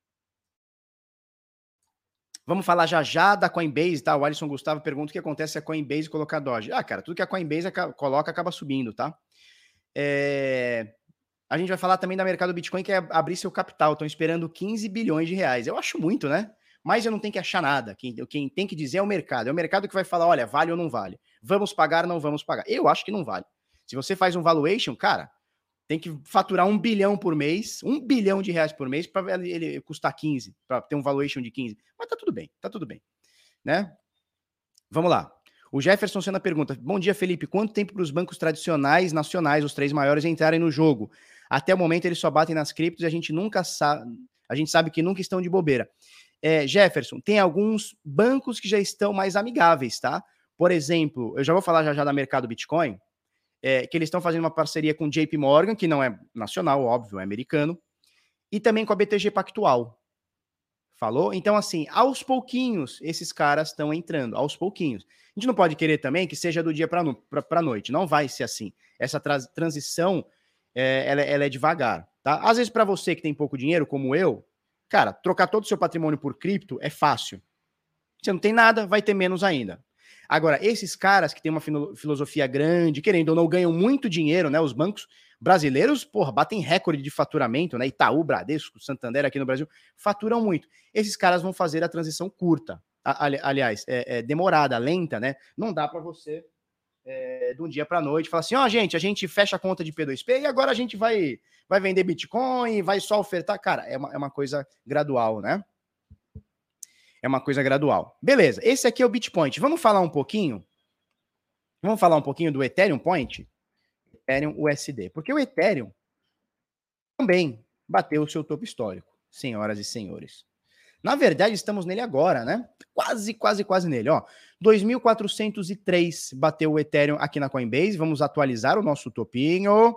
A: Vamos falar já da Coinbase, tá? O Alisson Gustavo pergunta o que acontece se a Coinbase colocar Doge. Ah, cara, tudo que a Coinbase coloca acaba subindo, tá? A gente vai falar também da mercado Bitcoin, que é abrir seu capital. Estão esperando 15 bilhões de reais. Eu acho muito, né? Mas eu não tenho que achar nada. Quem tem que dizer é o mercado. É o mercado que vai falar, olha, vale ou não vale. Vamos pagar ou não vamos pagar. Eu acho que não vale. Se você faz um valuation, cara, tem que faturar 1 bilhão por mês, 1 bilhão de reais por mês para ele custar 15, para ter um valuation de 15. Mas tá tudo bem, né? Vamos lá. O Jefferson Senna pergunta, bom dia, Felipe, quanto tempo para os bancos tradicionais, nacionais, os 3 maiores, entrarem no jogo? Até o momento eles só batem nas criptos e a gente sabe que nunca estão de bobeira. Jefferson, tem alguns bancos que já estão mais amigáveis, tá? Por exemplo, eu já vou falar já da mercado Bitcoin, que eles estão fazendo uma parceria com o JP Morgan, que não é nacional, óbvio, é americano, e também com a BTG Pactual. Falou? Então, assim, aos pouquinhos, esses caras estão entrando, aos pouquinhos. A gente não pode querer também que seja do dia para a noite, não vai ser assim. Essa transição, ela é devagar, tá? Às vezes, para você que tem pouco dinheiro, como eu, cara, trocar todo o seu patrimônio por cripto é fácil. Você não tem nada, vai ter menos ainda. Agora, esses caras que têm uma filosofia grande, querendo ou não, ganham muito dinheiro, né? Os bancos brasileiros, porra, batem recorde de faturamento, né? Itaú, Bradesco, Santander aqui no Brasil, faturam muito. Esses caras vão fazer a transição curta. Aliás, demorada, lenta, né? Não dá para você, de um dia para a noite, falar assim, ó, gente, a gente fecha a conta de P2P e agora a gente vai vender Bitcoin, vai só ofertar. Cara, é uma coisa gradual, né? É uma coisa gradual. Beleza, esse aqui é o Bitpoint. Vamos falar um pouquinho do Ethereum Point? Ethereum USD. Porque o Ethereum também bateu o seu topo histórico, senhoras e senhores. Na verdade, estamos nele agora, né? Quase nele, ó. 2.403 bateu o Ethereum aqui na Coinbase. Vamos atualizar o nosso topinho.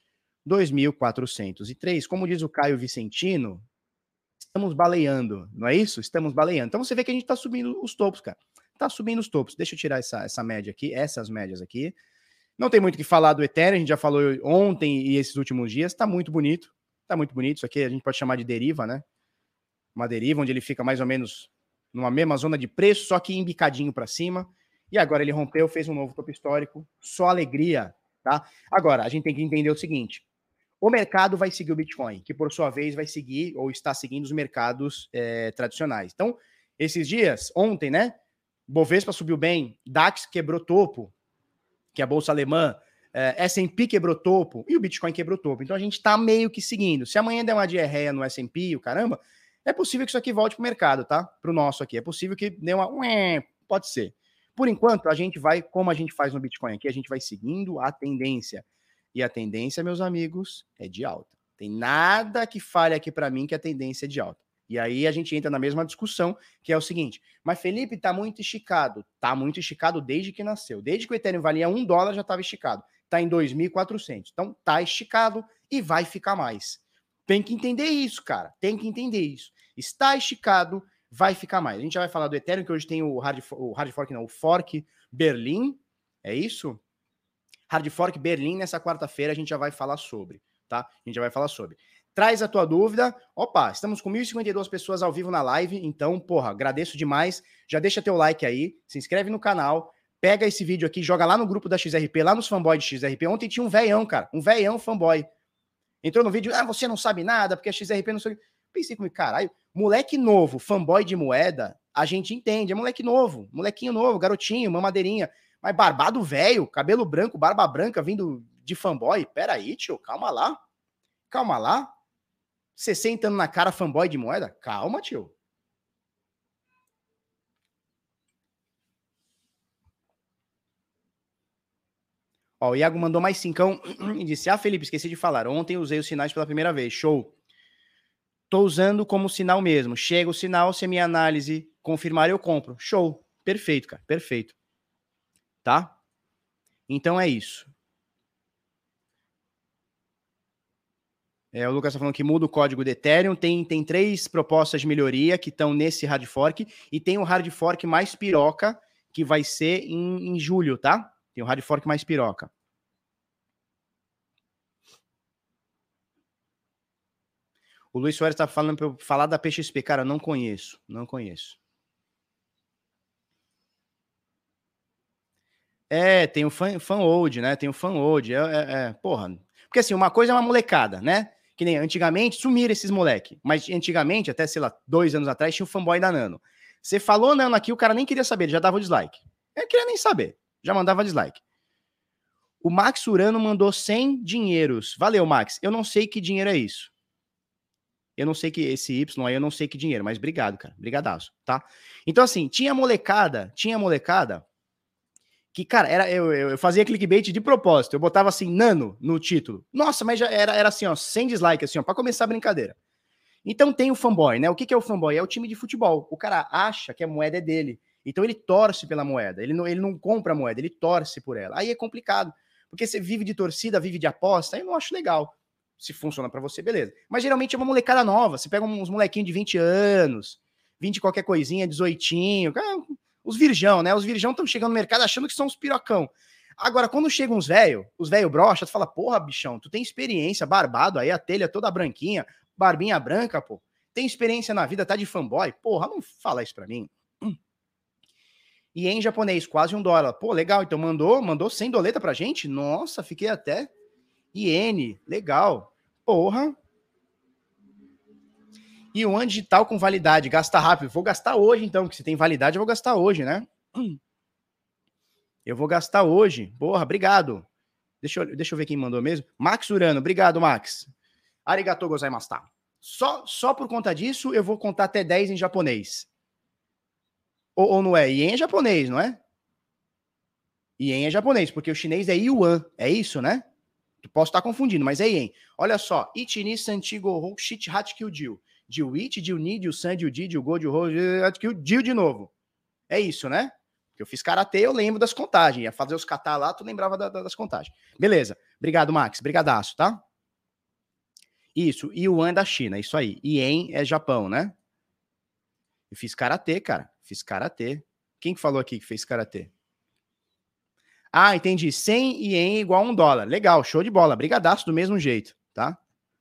A: 2.403. Como diz o Caio Vicentino, estamos baleando, não é isso? Estamos baleando. Então você vê que a gente tá subindo os topos, cara. Tá subindo os topos. Deixa eu tirar essa média aqui, essas médias aqui. Não tem muito o que falar do Ethereum, a gente já falou ontem e esses últimos dias. Tá muito bonito. Tá muito bonito. Isso aqui a gente pode chamar de deriva, né? Uma deriva onde ele fica mais ou menos numa mesma zona de preço, só que embicadinho para cima. E agora ele rompeu, fez um novo topo histórico. Só alegria, tá? Agora, a gente tem que entender o seguinte. O mercado vai seguir o Bitcoin, que por sua vez vai seguir ou está seguindo os mercados tradicionais. Então, esses dias, ontem, né? Bovespa subiu bem, DAX quebrou topo, que é a bolsa alemã, S&P quebrou topo e o Bitcoin quebrou topo. Então a gente está meio que seguindo. Se amanhã der uma diarreia no S&P, o caramba, é possível que isso aqui volte para o mercado, tá? Para o nosso aqui. É possível que dê uma... Pode ser. Por enquanto, a gente vai, como a gente faz no Bitcoin aqui, a gente vai seguindo a tendência. E a tendência, meus amigos, é de alta. Tem nada que fale aqui para mim que a tendência é de alta. E aí a gente entra na mesma discussão, que é o seguinte, mas Felipe, tá muito esticado. Tá muito esticado desde que nasceu. Desde que o Ethereum valia $1, já estava esticado. Tá em 2.400. Então tá esticado e vai ficar mais. Tem que entender isso, cara. Tem que entender isso. Está esticado, vai ficar mais. A gente já vai falar do Ethereum, que hoje tem o Fork Berlim. É isso? Hard Fork Berlim, nessa quarta-feira a gente já vai falar sobre, tá? A gente já vai falar sobre. Traz a tua dúvida. Opa, estamos com 1.052 pessoas ao vivo na live, então, porra, agradeço demais. Já deixa teu like aí, se inscreve no canal, Pega esse vídeo aqui, joga lá no grupo da XRP, lá nos fanboys de XRP. Ontem tinha um velhão, cara, um velhão fanboy. Entrou no vídeo, você não sabe nada, porque a XRP não sabe. Pensei comigo, caralho, moleque novo, fanboy de moeda, a gente entende, é moleque novo, molequinho novo, garotinho, mamadeirinha. Mas barbado velho, cabelo branco, barba branca, vindo de fanboy. Peraí, tio, calma lá. Calma lá. 60 anos na cara, fanboy de moeda? Calma, tio. Ó, o Iago mandou mais cincão e disse, Felipe, esqueci de falar, ontem usei os sinais pela primeira vez, show. Tô usando como sinal mesmo. Chega o sinal, se a minha análise confirmar, eu compro. Show. Perfeito, cara, perfeito. Tá? Então é isso. O Lucas tá falando que muda o código do Ethereum. Tem 3 propostas de melhoria que estão nesse hard fork. E tem o hard fork mais piroca, que vai ser em julho, tá? Tem o hard fork mais piroca. O Luiz Soares tá falando pra eu falar da PXP. Cara, não conheço. Não conheço. Tem o fan-old, né? Tem o fan-old. Porra. Porque assim, uma coisa é uma molecada, né? Que nem antigamente sumiram esses moleque. Mas antigamente, até, sei lá, 2 anos atrás, tinha o fanboy da Nano. Você falou Nano aqui, o cara nem queria saber, ele já dava o dislike. Ele queria nem saber, já mandava dislike. O Max Urano mandou 100 dinheiros. Valeu, Max. Eu não sei que dinheiro é isso. Eu não sei que esse Y aí, eu não sei que dinheiro, mas obrigado, cara. Brigadaço, tá? Então assim, tinha molecada que, cara, eu fazia clickbait de propósito. Eu botava assim, Nano, no título. Nossa, mas já era assim, ó, 100 dislike, assim, ó, pra começar a brincadeira. Então tem o fanboy, né? O que é o fanboy? É o time de futebol. O cara acha que a moeda é dele. Então ele torce pela moeda. Ele não compra a moeda, ele torce por ela. Aí é complicado. Porque você vive de torcida, vive de aposta, aí eu não acho legal. Se funciona pra você, beleza. Mas geralmente é uma molecada nova. Você pega uns molequinhos de 20 anos, 20 qualquer coisinha, 18. Os virgão, né? Os virgão estão chegando no mercado achando que são os pirocão. Agora, quando chegam os velho brocha, tu fala, porra, bichão, tu tem experiência, barbado aí, a telha toda branquinha, barbinha branca, pô. Tem experiência na vida, tá de fanboy? Porra, não fala isso pra mim. E em japonês, quase $1. Pô, legal, então mandou 100 doleta pra gente? Nossa, fiquei até... Iene, legal. Porra. E o digital com validade, gasta rápido. Vou gastar hoje, então, porque se tem validade, eu vou gastar hoje, né? Eu vou gastar hoje. Porra, obrigado. Deixa eu ver quem mandou mesmo. Max Urano, obrigado, Max. Arigatou gozaimashita. Só por conta disso, eu vou contar até 10 em japonês. Ou não é? Ien é japonês, não é? Ien é japonês, porque o chinês é yuan. É isso, né? Posso estar confundindo, mas é ien. Olha só. Ichini santigo hou shit hatkyu jiu. Jiu it, jiu ni, jiu san, jiu di, jiu go, jiu ho, hatkyu, jiu de novo. É isso, né? Porque eu fiz karatê, eu lembro das contagens. Ia fazer os kata lá, tu lembrava das contagens. Beleza. Obrigado, Max. Brigadaço, tá? Isso. Yuan é da China, isso aí. Ien é Japão, né? Eu fiz karatê, cara. Fiz karatê. Quem que falou aqui que fez karatê? Ah, entendi. 100 ien igual a $1. Legal, show de bola. Brigadaço do mesmo jeito, tá?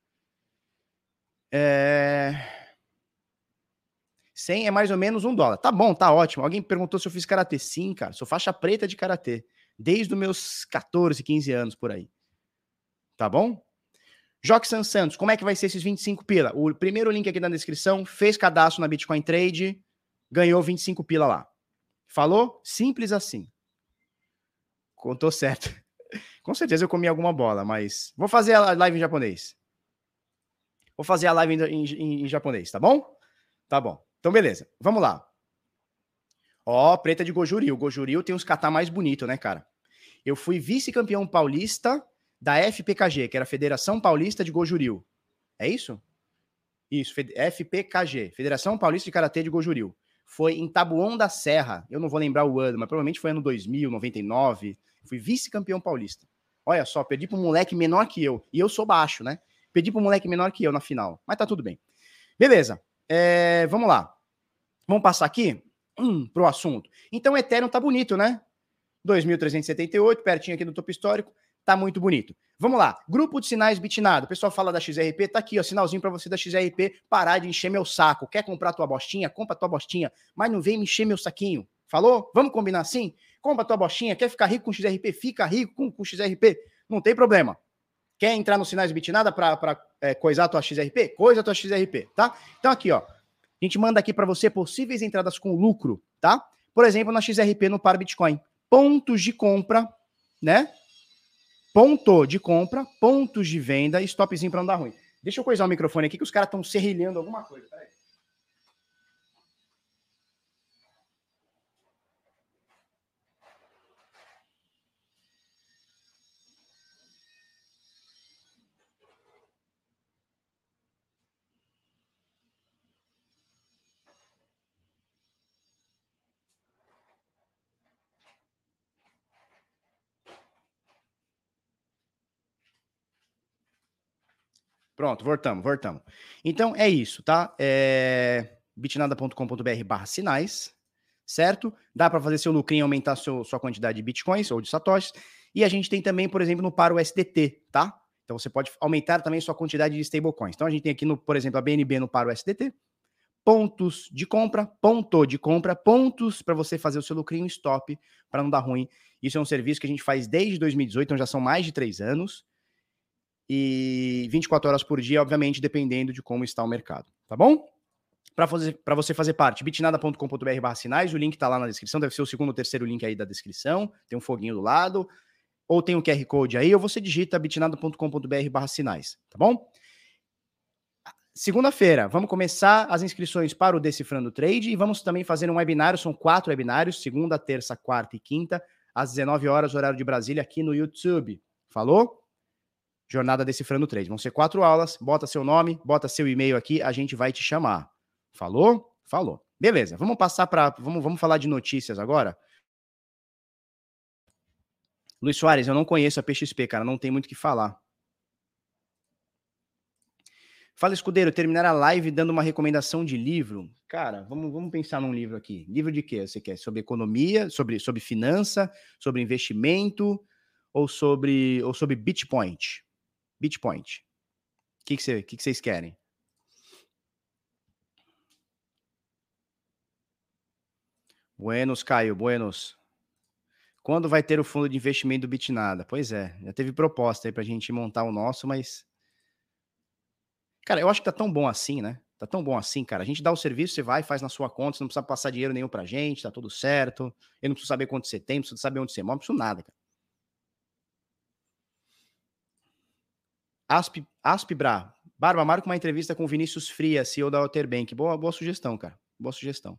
A: 100 é mais ou menos $1. Tá bom, tá ótimo. Alguém perguntou se eu fiz karatê. Sim, cara. Sou faixa preta de karatê. Desde os meus 14, 15 anos por aí. Tá bom? Joxan Santos, como é que vai ser esses 25 pila? O primeiro link aqui na descrição, fez cadastro na Bitcoin Trade, ganhou 25 pila lá. Falou? Simples assim. Contou certo. Com certeza eu comi alguma bola, mas vou fazer a live em japonês. Vou fazer a live em japonês, tá bom? Tá bom. Então, beleza. Vamos lá. Ó, preta de Gojuriu. Gojuriu tem uns kata mais bonito, né, cara? Eu fui vice-campeão paulista da FPKG, que era a Federação Paulista de Gojuriu. É isso? Isso, FPKG, Federação Paulista de Karatê de Gojuriu. Foi em Taboão da Serra. Eu não vou lembrar o ano, mas provavelmente foi ano 2000, 99. Fui vice-campeão paulista. Olha só, perdi para um moleque menor que eu. E eu sou baixo, né? Perdi para um moleque menor que eu na final. Mas tá tudo bem. Beleza. Vamos lá. Vamos passar aqui pro assunto. Então, o Ethereum tá bonito, né? 2.378, pertinho aqui do topo histórico. Tá muito bonito. Vamos lá. Grupo de sinais Bitnado. O pessoal fala da XRP. Tá aqui, ó. Sinalzinho pra você da XRP parar de encher meu saco. Quer comprar tua bostinha? Compra tua bostinha. Mas não vem me encher meu saquinho. Falou? Vamos combinar assim? Compra tua bostinha, quer ficar rico com XRP? Fica rico com XRP, não tem problema. Quer entrar nos sinais Bitnada para coisar a tua XRP? Coisa a tua XRP, tá? Então aqui, ó, a gente manda aqui para você possíveis entradas com lucro, tá? Por exemplo, na XRP no par Bitcoin. Pontos de compra, né? Ponto de compra, pontos de venda e stopzinho para não dar ruim. Deixa eu coisar o microfone aqui que os caras estão serrilhando alguma coisa. Peraí. Pronto, voltamos. Então é isso, tá? bitnada.com.br/sinais, certo? Dá para fazer seu lucrinho, aumentar sua quantidade de bitcoins ou de satoshis. E a gente tem também, por exemplo, no Paro SDT, tá? Então você pode aumentar também sua quantidade de stablecoins. Então a gente tem aqui, por exemplo, a BNB no Paro SDT, pontos de compra, pontos para você fazer o seu lucrinho stop para não dar ruim. Isso é um serviço que a gente faz desde 2018, então já são mais de 3 anos. E 24 horas por dia, obviamente, dependendo de como está o mercado, tá bom? Para você fazer parte, bitnada.com.br/sinais, o link tá lá na descrição, deve ser o segundo ou terceiro link aí da descrição, tem um foguinho do lado, ou tem um QR Code aí, ou você digita bitnada.com.br/sinais, tá bom? Segunda-feira, vamos começar as inscrições para o Decifrando Trade e vamos também fazer um webinário, são 4 webinários, segunda, terça, quarta e quinta, às 19 horas, horário de Brasília, aqui no YouTube. Falou? Jornada Decifrando Trade. Vão ser 4 aulas, bota seu nome, bota seu e-mail aqui, a gente vai te chamar. Falou? Falou. Beleza, vamos passar para... Vamos falar de notícias agora? Luiz Soares, eu não conheço a PXP, cara, não tem muito o que falar. Fala, Escudeiro, terminar a live dando uma recomendação de livro. Cara, vamos pensar num livro aqui. Livro de quê você quer? Sobre economia, sobre finança, sobre investimento ou sobre Bitpoint? Bitpoint. O que vocês querem? Buenos, Caio, buenos. Quando vai ter o fundo de investimento do Bitnada? Pois é, já teve proposta aí pra gente montar o nosso, mas... Cara, eu acho que tá tão bom assim, né? Tá tão bom assim, cara. A gente dá o serviço, você vai, faz na sua conta, você não precisa passar dinheiro nenhum pra gente, tá tudo certo. Eu não preciso saber quanto você tem, não preciso saber onde você mora, não preciso nada, cara. Aspbra. Barba, marca uma entrevista com o Vinícius Frias, CEO da Otterbank. Boa sugestão, cara. Boa sugestão.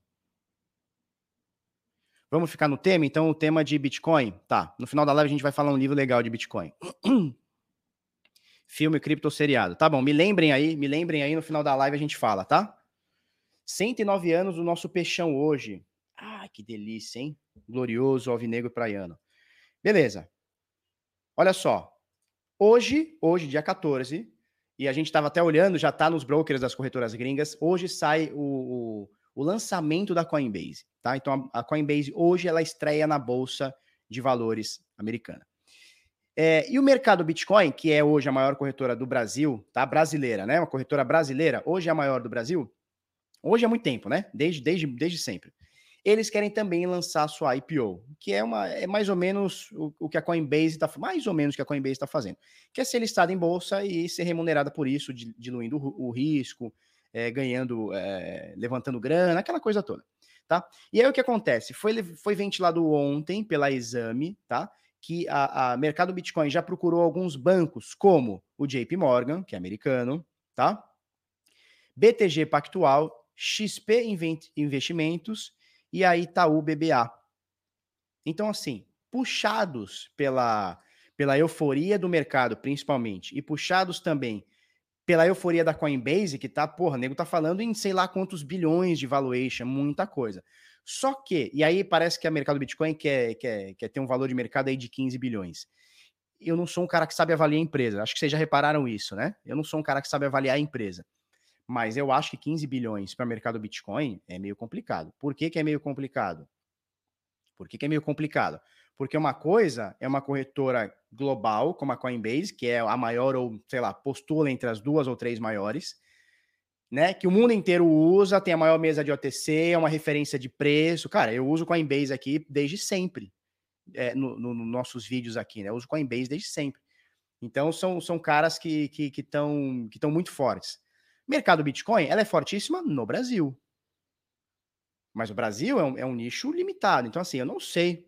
A: Vamos ficar no tema? Então, o tema de Bitcoin? Tá. No final da live a gente vai falar um livro legal de Bitcoin. Filme, cripto, seriado. Tá bom, me lembrem aí, no final da live a gente fala, tá? 109 anos do nosso peixão hoje. Ah, que delícia, hein? Glorioso, alvinegro praiano. Beleza. Olha só. Hoje, dia 14, e a gente estava até olhando, já tá nos brokers das corretoras gringas, hoje sai o lançamento da Coinbase, tá? Então a Coinbase hoje ela estreia na Bolsa de Valores americana. E o mercado Bitcoin, que é hoje a maior corretora do Brasil, tá? Brasileira, né? Uma corretora brasileira, hoje é a maior do Brasil. Hoje há muito tempo, né? Desde sempre. Eles querem também lançar a sua IPO, que é mais ou menos o que a Coinbase está mais ou menos o que a Coinbase está fazendo, que é ser listada em bolsa e ser remunerada por isso, diluindo o risco, levantando grana, aquela coisa toda, tá? E aí o que acontece? Foi ventilado ontem pela Exame, tá? Que a mercado Bitcoin já procurou alguns bancos, como o JP Morgan, que é americano, tá? BTG Pactual, XP Investimentos e a Itaú BBA. Então, assim, puxados pela euforia do mercado, principalmente, e puxados também pela euforia da Coinbase, que tá, porra, o nego tá falando em sei lá quantos bilhões de valuation, muita coisa. Só que, e aí parece que a mercado Bitcoin quer ter um valor de mercado aí de 15 bilhões. Eu não sou um cara que sabe avaliar a empresa, acho que vocês já repararam isso, né? Eu não sou um cara que sabe avaliar a empresa. Mas eu acho que 15 bilhões para o mercado Bitcoin é meio complicado. Por que é meio complicado? Porque uma coisa é uma corretora global, como a Coinbase, que é a maior, ou, sei lá, postula entre as 2 ou 3 maiores, né? Que o mundo inteiro usa, tem a maior mesa de OTC, é uma referência de preço. Cara, eu uso Coinbase aqui desde sempre. nos nossos vídeos aqui, né? Eu uso Coinbase desde sempre. Então, são caras que estão muito fortes. Mercado Bitcoin, ela é fortíssima no Brasil. Mas o Brasil é um nicho limitado. Então, assim, eu não sei.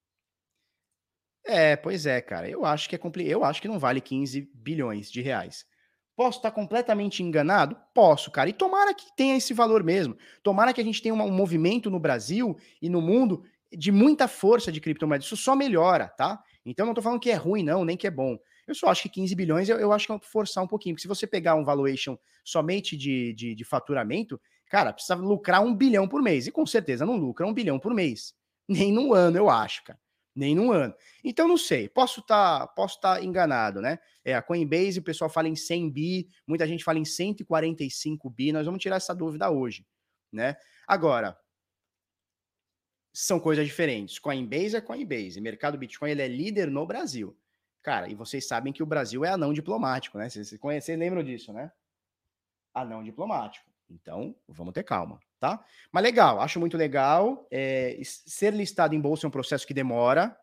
A: Pois é, cara. Eu acho que eu acho que não vale 15 bilhões de reais. Posso estar completamente enganado? Posso, cara. E tomara que tenha esse valor mesmo. Tomara que a gente tenha um movimento no Brasil e no mundo de muita força de criptomoedas. Isso só melhora, tá? Então, não tô falando que é ruim, não, nem que é bom. Eu só acho que 15 bilhões, eu acho que é forçar um pouquinho. Porque se você pegar um valuation somente de faturamento, cara, precisa lucrar 1 bilhão por mês. E com certeza não lucra 1 bilhão por mês. Nem num ano, eu acho, cara. Nem num ano. Então, não sei. Posso tá enganado, né? A Coinbase, o pessoal fala em 100 bi, muita gente fala em 145 bi. Nós vamos tirar essa dúvida hoje, né? Agora, são coisas diferentes. Coinbase é Coinbase. Mercado Bitcoin, ele é líder no Brasil. Cara, e vocês sabem que o Brasil é anão diplomático, né? Vocês lembram disso, né? Anão diplomático. Então, vamos ter calma, tá? Mas legal, acho muito legal. Ser listado em bolsa é um processo que demora.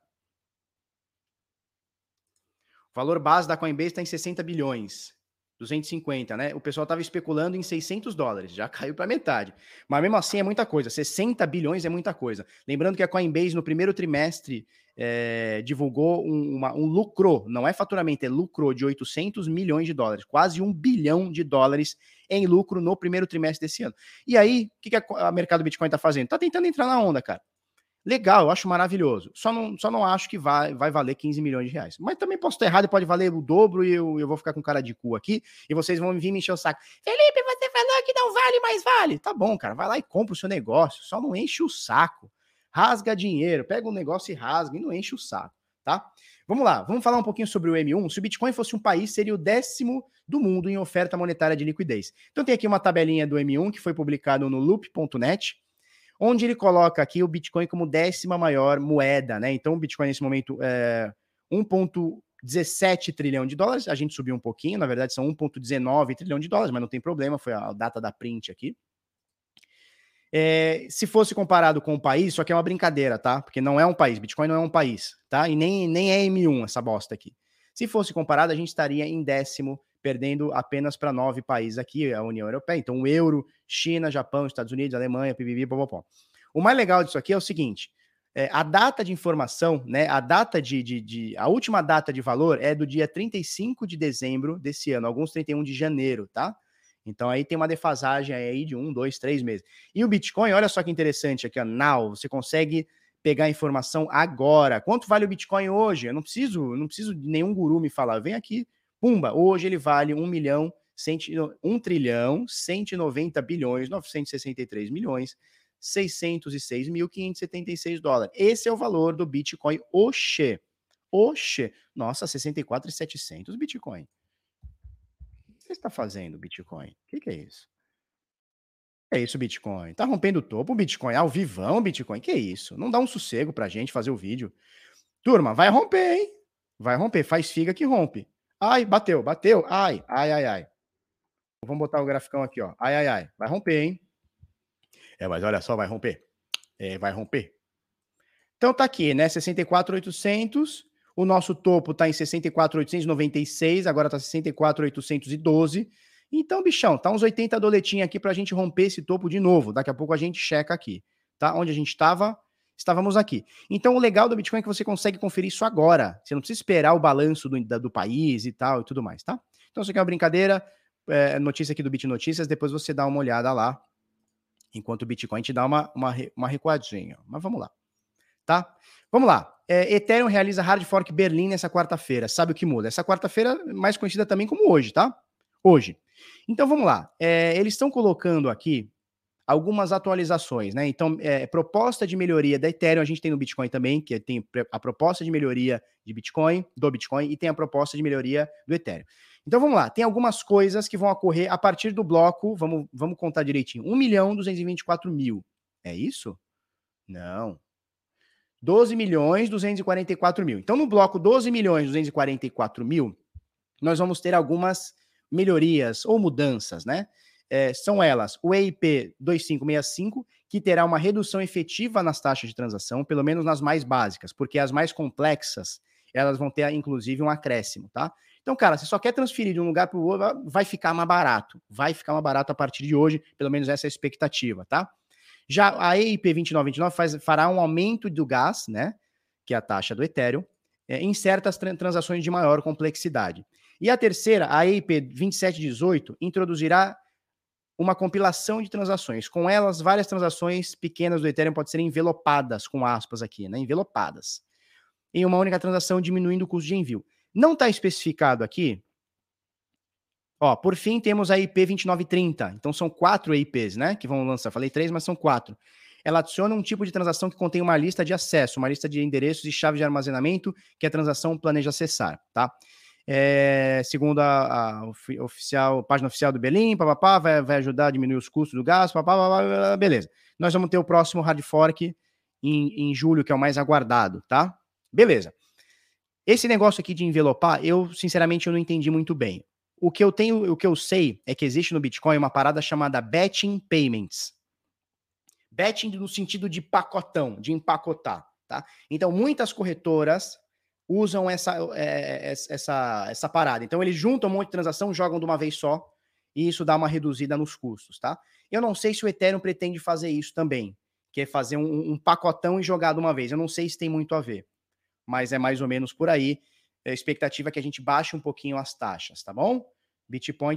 A: O valor base da Coinbase está em 60 bilhões. 250, né? O pessoal estava especulando em 600 dólares, já caiu para metade. Mas mesmo assim é muita coisa, 60 bilhões é muita coisa. Lembrando que a Coinbase no primeiro trimestre divulgou um lucro, não é faturamento, é lucro de 800 milhões de dólares, quase 1 bilhão de dólares em lucro no primeiro trimestre desse ano. E aí, o que a mercado Bitcoin está fazendo? Está tentando entrar na onda, cara. Legal, eu acho maravilhoso. Só não acho que vai valer 15 milhões de reais. Mas também posso estar errado e pode valer o dobro e eu vou ficar com cara de cu aqui e vocês vão vir me encher o saco. Felipe, você falou que não vale, mas vale. Tá bom, cara, vai lá e compra o seu negócio. Só não enche o saco. Rasga dinheiro, pega um negócio e rasga e não enche o saco, tá? Vamos lá, vamos falar um pouquinho sobre o M1. Se o Bitcoin fosse um país, seria o 10º do mundo em oferta monetária de liquidez. Então tem aqui uma tabelinha do M1 que foi publicado no loop.net, onde ele coloca aqui o Bitcoin como 10ª maior moeda, né? Então o Bitcoin nesse momento é 1,17 trilhão de dólares, a gente subiu um pouquinho, na verdade são 1,19 trilhão de dólares, mas não tem problema, foi a data da print aqui. Se fosse comparado com o país, só que é uma brincadeira, tá? Porque não é um país, Bitcoin não é um país, tá? E nem é M1 essa bosta aqui. Se fosse comparado, a gente estaria em 10º, perdendo apenas para 9 países aqui, a União Europeia. Então, o euro, China, Japão, Estados Unidos, Alemanha, pipipi, popopó. O mais legal disso aqui é o seguinte, a data de informação, né, a última data de valor é do dia 35 de dezembro desse ano, alguns 31 de janeiro, tá? Então aí tem uma defasagem aí de 1, 2, 3 meses. E o Bitcoin, olha só que interessante aqui, ó, now, você consegue pegar a informação agora. Quanto vale o Bitcoin hoje? Eu não preciso de nenhum guru me falar. Vem aqui, pumba, hoje ele vale 1 trilhão, 190 bilhões, 963 milhões, 606.576 dólares. Esse é o valor do Bitcoin hoje. Oxe, nossa, 64.700 Bitcoin. O que você está fazendo, Bitcoin? O que é isso? É isso, Bitcoin. Tá rompendo o topo, Bitcoin. Ao vivão, Bitcoin. Que isso? Não dá um sossego pra gente fazer o vídeo. Turma, vai romper, hein? Vai romper. Faz figa que rompe. Ai, bateu. Ai. Vamos botar o graficão aqui, ó. Ai. Vai romper, hein? Mas olha só, vai romper. Vai romper. Então tá aqui, né? 64.800. O nosso topo tá em 64.896. Agora tá 64.812. Então, bichão, tá uns 80 doletinhos aqui pra gente romper esse topo de novo. Daqui a pouco a gente checa aqui, tá? Onde a gente estava? Estávamos aqui. Então, o legal do Bitcoin é que você consegue conferir isso agora. Você não precisa esperar o balanço do país e tal e tudo mais, tá? Então, isso aqui é uma brincadeira. Notícia aqui do Bit Notícias. Depois você dá uma olhada lá. Enquanto o Bitcoin te dá uma recuadinha. Mas vamos lá, tá? Vamos lá. Ethereum realiza Hard Fork Berlim nessa quarta-feira. Sabe o que muda? Essa quarta-feira, mais conhecida também como hoje, tá? Hoje. Então, vamos lá. Eles estão colocando aqui algumas atualizações, né? Então, proposta de melhoria da Ethereum, a gente tem no Bitcoin também, que tem a proposta de melhoria do Bitcoin, e tem a proposta de melhoria do Ethereum. Então, vamos lá. Tem algumas coisas que vão ocorrer a partir do bloco, vamos contar direitinho, 1.224.000. É isso? Não. 12.244.000. Então, no bloco 12.244.000, nós vamos ter algumas melhorias ou mudanças, né? São elas o EIP 2565, que terá uma redução efetiva nas taxas de transação, pelo menos nas mais básicas, porque as mais complexas, elas vão ter, inclusive, um acréscimo, tá? Então, cara, você só quer transferir de um lugar para o outro, vai ficar mais barato. Vai ficar mais barato a partir de hoje, pelo menos essa é a expectativa, tá? Já a EIP 2929 fará um aumento do gás, né? Que é a taxa do Ethereum, em certas transações de maior complexidade. E a terceira, a EIP 2718, introduzirá uma compilação de transações. Com elas, várias transações pequenas do Ethereum podem ser envelopadas, com aspas aqui, né? Envelopadas. Em uma única transação, diminuindo o custo de envio. Não está especificado aqui. Ó, por fim, temos a IP 2930. Então, são 4 EIPs, né? Que vão lançar. Falei 3, mas são 4. Ela adiciona um tipo de transação que contém uma lista de acesso, uma lista de endereços e chaves de armazenamento que a transação planeja acessar, tá? Segundo a página oficial do Belin, papapá, vai ajudar a diminuir os custos do gás, papapá, beleza. Nós vamos ter o próximo hard fork em julho, que é o mais aguardado, tá? Beleza. Esse negócio aqui de envelopar, sinceramente, eu não entendi muito bem. O que eu sei é que existe no Bitcoin uma parada chamada Batching Payments. Batching no sentido de pacotão, de empacotar, tá? Então, muitas corretoras usam essa parada. Então, eles juntam um monte de transação, jogam de uma vez só, e isso dá uma reduzida nos custos, tá? Eu não sei se o Ethereum pretende fazer isso também, que é fazer um pacotão e jogar de uma vez. Eu não sei se tem muito a ver, mas é mais ou menos por aí. A expectativa é que a gente baixe um pouquinho as taxas, tá bom? Bitcoin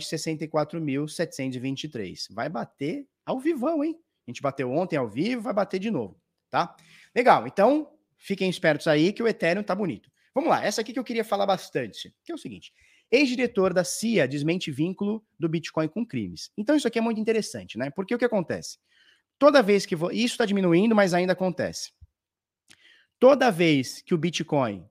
A: 64.723. Vai bater ao vivão, hein? A gente bateu ontem ao vivo, vai bater de novo, tá? Legal, então fiquem espertos aí que o Ethereum tá bonito. Vamos lá, essa aqui que eu queria falar bastante, que é o seguinte. Ex-diretor da CIA desmente vínculo do Bitcoin com crimes. Então isso aqui é muito interessante, né? Porque o que acontece? Toda vez que... Isso está diminuindo, mas ainda acontece. Toda vez que o Bitcoin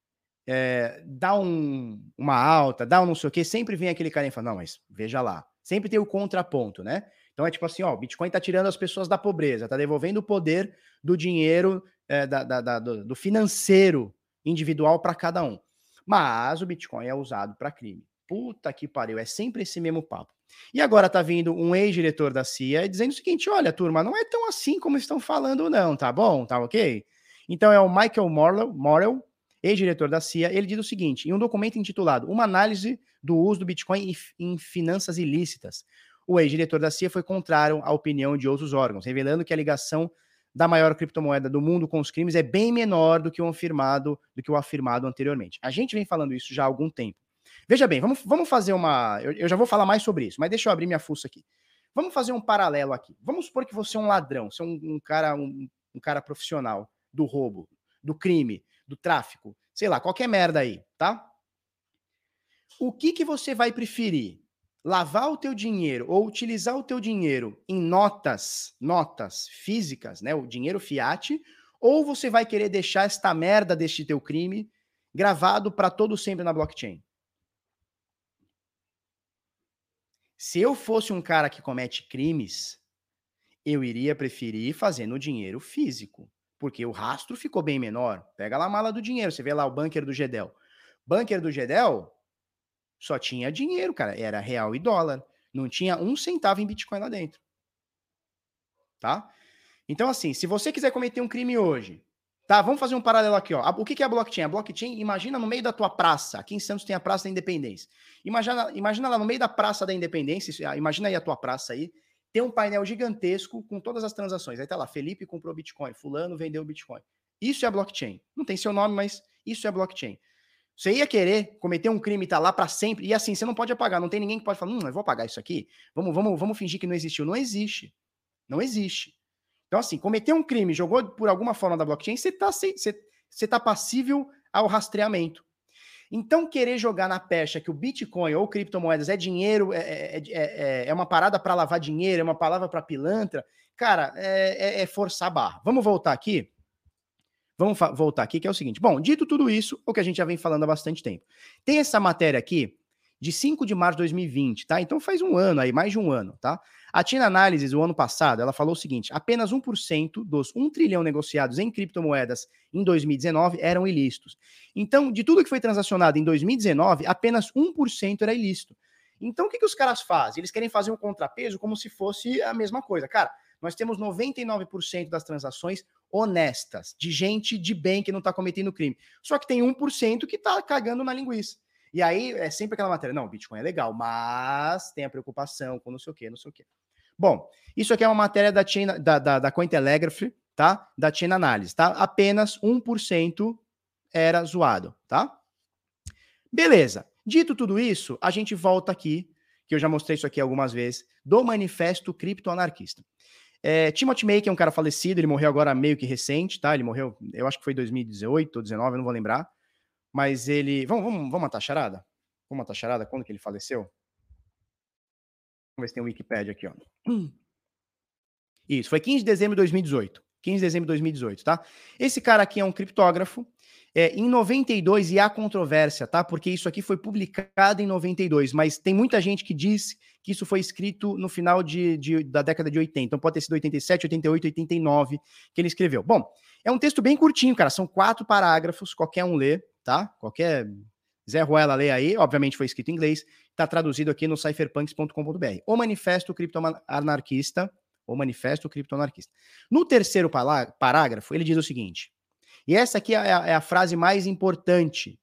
A: dá uma alta, dá um não sei o quê, sempre vem aquele cara e fala, não, mas veja lá. Sempre tem o contraponto, né? Então é tipo assim, ó, o Bitcoin tá tirando as pessoas da pobreza, tá devolvendo o poder do dinheiro, do financeiro individual para cada um. Mas o Bitcoin é usado para crime. Puta que pariu, é sempre esse mesmo papo. E agora tá vindo um ex-diretor da CIA dizendo o seguinte, olha, turma, não é tão assim como estão falando não, tá bom? Tá ok? Então é o Michael Morrell, ex-diretor da CIA, ele diz o seguinte, em um documento intitulado Uma Análise do Uso do Bitcoin em Finanças Ilícitas, o ex-diretor da CIA foi contrário à opinião de outros órgãos, revelando que a ligação da maior criptomoeda do mundo com os crimes é bem menor do que o afirmado anteriormente. A gente vem falando isso já há algum tempo. Veja bem, vamos fazer uma... Eu já vou falar mais sobre isso, mas deixa eu abrir minha fuça aqui. Vamos fazer um paralelo aqui. Vamos supor que você é um ladrão, você é um cara profissional do roubo, do crime, do tráfico, sei lá, qualquer merda aí, tá? O que você vai preferir? Lavar o teu dinheiro ou utilizar o teu dinheiro em notas físicas, né, o dinheiro fiat, ou você vai querer deixar esta merda deste teu crime gravado para todo sempre na blockchain? Se eu fosse um cara que comete crimes, eu iria preferir fazer no dinheiro físico, porque o rastro ficou bem menor. Pega lá a mala do dinheiro, você vê lá o bunker do Gedel. Bunker do Gedel só tinha dinheiro, cara, era real e dólar. Não tinha um centavo em Bitcoin lá dentro. Tá? Então, assim, se você quiser cometer um crime hoje, tá? Vamos fazer um paralelo aqui, ó. O que é a blockchain? A blockchain, imagina no meio da tua praça. Aqui em Santos tem a Praça da Independência. Imagina lá no meio da Praça da Independência, imagina aí a tua praça aí, tem um painel gigantesco com todas as transações. Aí tá lá, Felipe comprou Bitcoin, fulano vendeu Bitcoin. Isso é a blockchain. Não tem seu nome, mas isso é a blockchain. Você ia querer cometer um crime e tá lá para sempre, e assim, você não pode apagar, não tem ninguém que pode falar, eu vou apagar isso aqui, vamos fingir que não existiu. Não existe. Não existe. Então, assim, cometeu um crime, jogou por alguma forma da blockchain, você tá passível ao rastreamento. Então, querer jogar na pecha que o Bitcoin ou criptomoedas é dinheiro, é uma parada para lavar dinheiro, é uma palavra para pilantra, cara, é forçar a barra. Vamos voltar aqui? Vamos voltar aqui, que é o seguinte. Bom, dito tudo isso, o que a gente já vem falando há bastante tempo. Tem essa matéria aqui, de 5 de março de 2020, tá? Então faz um ano aí, mais de um ano, tá? A Tina Analysis, o ano passado, ela falou o seguinte, apenas 1% dos 1 trilhão negociados em criptomoedas em 2019 eram ilícitos. Então, de tudo que foi transacionado em 2019, apenas 1% era ilícito. Então, o que os caras fazem? Eles querem fazer um contrapeso como se fosse a mesma coisa. Cara, Nós temos 99% das transações honestas, de gente de bem que não está cometendo crime. Só que tem 1% que está cagando na linguiça. E aí é sempre aquela matéria, não, Bitcoin é legal, mas tem a preocupação com não sei o quê, não sei o quê. Bom, isso aqui é uma matéria da Cointelegraph, tá? Da Chain Analysis, tá? Apenas 1% era zoado, tá? Beleza. Dito tudo isso, a gente volta aqui, que eu já mostrei isso aqui algumas vezes, do Manifesto Criptoanarquista. Timothy May, que é um cara falecido, ele morreu agora meio que recente, tá? Ele morreu, eu acho que foi 2018 ou 2019, eu não vou lembrar. Mas ele... Vamos matar a charada? Vamos matar a charada? Quando que ele faleceu? Vamos ver se tem o Wikipedia aqui, ó. Isso, foi 15 de dezembro de 2018. 15 de dezembro de 2018, tá? Esse cara aqui é um criptógrafo. Em 92, e há controvérsia, tá? Porque isso aqui foi publicado em 92, mas tem muita gente que diz que isso foi escrito no final da década de 80. Então pode ter sido 87, 88, 89 que ele escreveu. Bom, é um texto bem curtinho, cara. São 4 parágrafos, qualquer um lê, tá? Qualquer Zé Ruela lê aí. Obviamente foi escrito em inglês. Tá traduzido aqui no cypherpunks.com.br. O Manifesto Criptoanarquista. O Manifesto Criptoanarquista. No terceiro parágrafo, ele diz o seguinte... E essa aqui é a frase mais importante,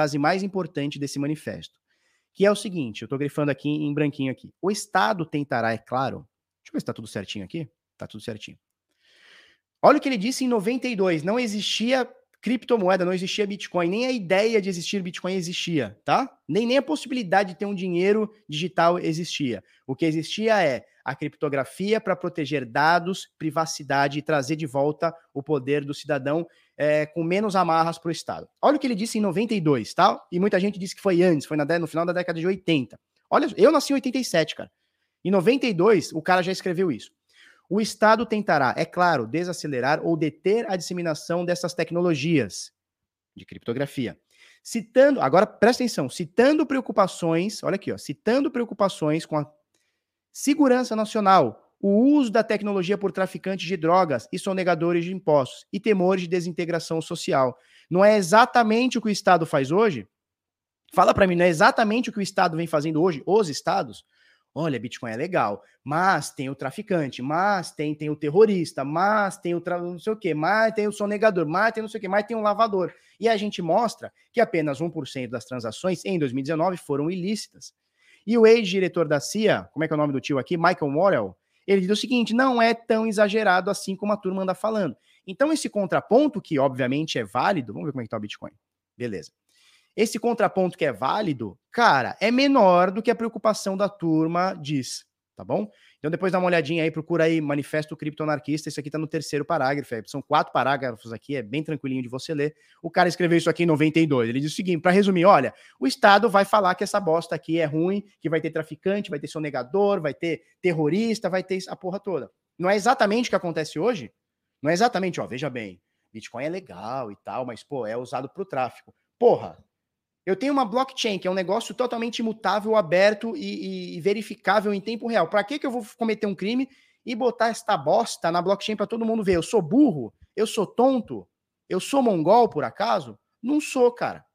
A: desse manifesto, que é o seguinte, eu estou grifando aqui em branquinho aqui. O Estado tentará, é claro, deixa eu ver se está tudo certinho aqui, está tudo certinho. Olha o que ele disse em 92, não existia criptomoeda, não existia Bitcoin, nem a ideia de existir Bitcoin existia, tá? Nem a possibilidade de ter um dinheiro digital existia. O que existia é a criptografia para proteger dados, privacidade e trazer de volta o poder do cidadão com menos amarras para o Estado. Olha o que ele disse em 92, tá? E muita gente disse que foi antes, foi no final da década de 80. Olha, eu nasci em 87, cara. Em 92, o cara já escreveu isso. O Estado tentará, é claro, desacelerar ou deter a disseminação dessas tecnologias de criptografia. Citando, agora presta atenção, citando preocupações, olha aqui, ó, citando preocupações com a segurança nacional, o uso da tecnologia por traficantes de drogas e sonegadores de impostos e temores de desintegração social. Não é exatamente o que o Estado faz hoje? Fala para mim, não é exatamente o que o Estado vem fazendo hoje, os estados? Olha, Bitcoin é legal, mas tem o traficante, mas tem o terrorista, mas tem o não sei o quê, mas tem o sonegador, mas tem não sei o quê, mas tem o lavador. E a gente mostra que apenas 1% das transações em 2019 foram ilícitas. E o ex-diretor da CIA, como é que é o nome do tio aqui? Michael Morrell, ele diz o seguinte, não é tão exagerado assim como a turma anda falando. Então esse contraponto, que obviamente é válido, vamos ver como é que tá o Bitcoin. Beleza. Esse contraponto que é válido, cara, é menor do que a preocupação da turma diz, tá bom? Então depois dá uma olhadinha aí, procura aí Manifesto Criptoanarquista, isso aqui tá no terceiro parágrafo, são 4 parágrafos aqui, é bem tranquilinho de você ler. O cara escreveu isso aqui em 92, ele diz o seguinte, para resumir, olha, o Estado vai falar que essa bosta aqui é ruim, que vai ter traficante, vai ter sonegador, vai ter terrorista, vai ter a porra toda. Não é exatamente o que acontece hoje? Não é exatamente, ó, veja bem, Bitcoin é legal e tal, mas, pô, é usado pro tráfico. Porra, eu tenho uma blockchain, que é um negócio totalmente imutável, aberto e verificável em tempo real. Para que eu vou cometer um crime e botar esta bosta na blockchain para todo mundo ver? Eu sou burro? Eu sou tonto? Eu sou mongol, por acaso? Não sou, cara.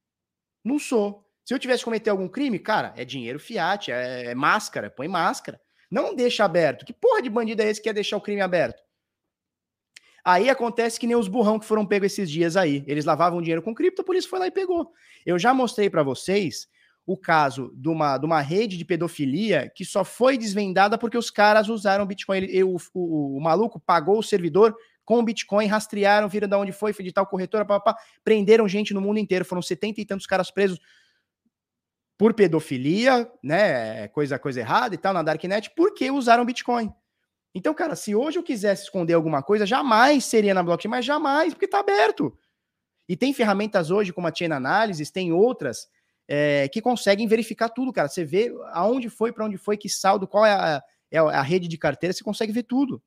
A: Não sou. Se eu tivesse que cometer algum crime, cara, é dinheiro fiat, é máscara, põe máscara. Não deixa aberto. Que porra de bandido é esse que quer deixar o crime aberto? Aí acontece que nem os burrão que foram pegos esses dias aí. Eles lavavam dinheiro com cripto, a polícia foi lá e pegou. Eu já mostrei para vocês o caso de uma rede de pedofilia que só foi desvendada porque os caras usaram Bitcoin. O maluco pagou o servidor com Bitcoin, rastrearam, viram de onde foi de tal corretora, prenderam gente no mundo inteiro. Foram 70 e tantos caras presos por pedofilia, né? Coisa errada e tal, na Darknet, porque usaram Bitcoin. Então, cara, se hoje eu quisesse esconder alguma coisa, jamais seria na blockchain, mas jamais, porque está aberto. E tem ferramentas hoje, como a Chain Analysis, tem outras que conseguem verificar tudo, cara. Você vê aonde foi, para onde foi, que saldo, qual é a rede de carteira, você consegue ver tudo.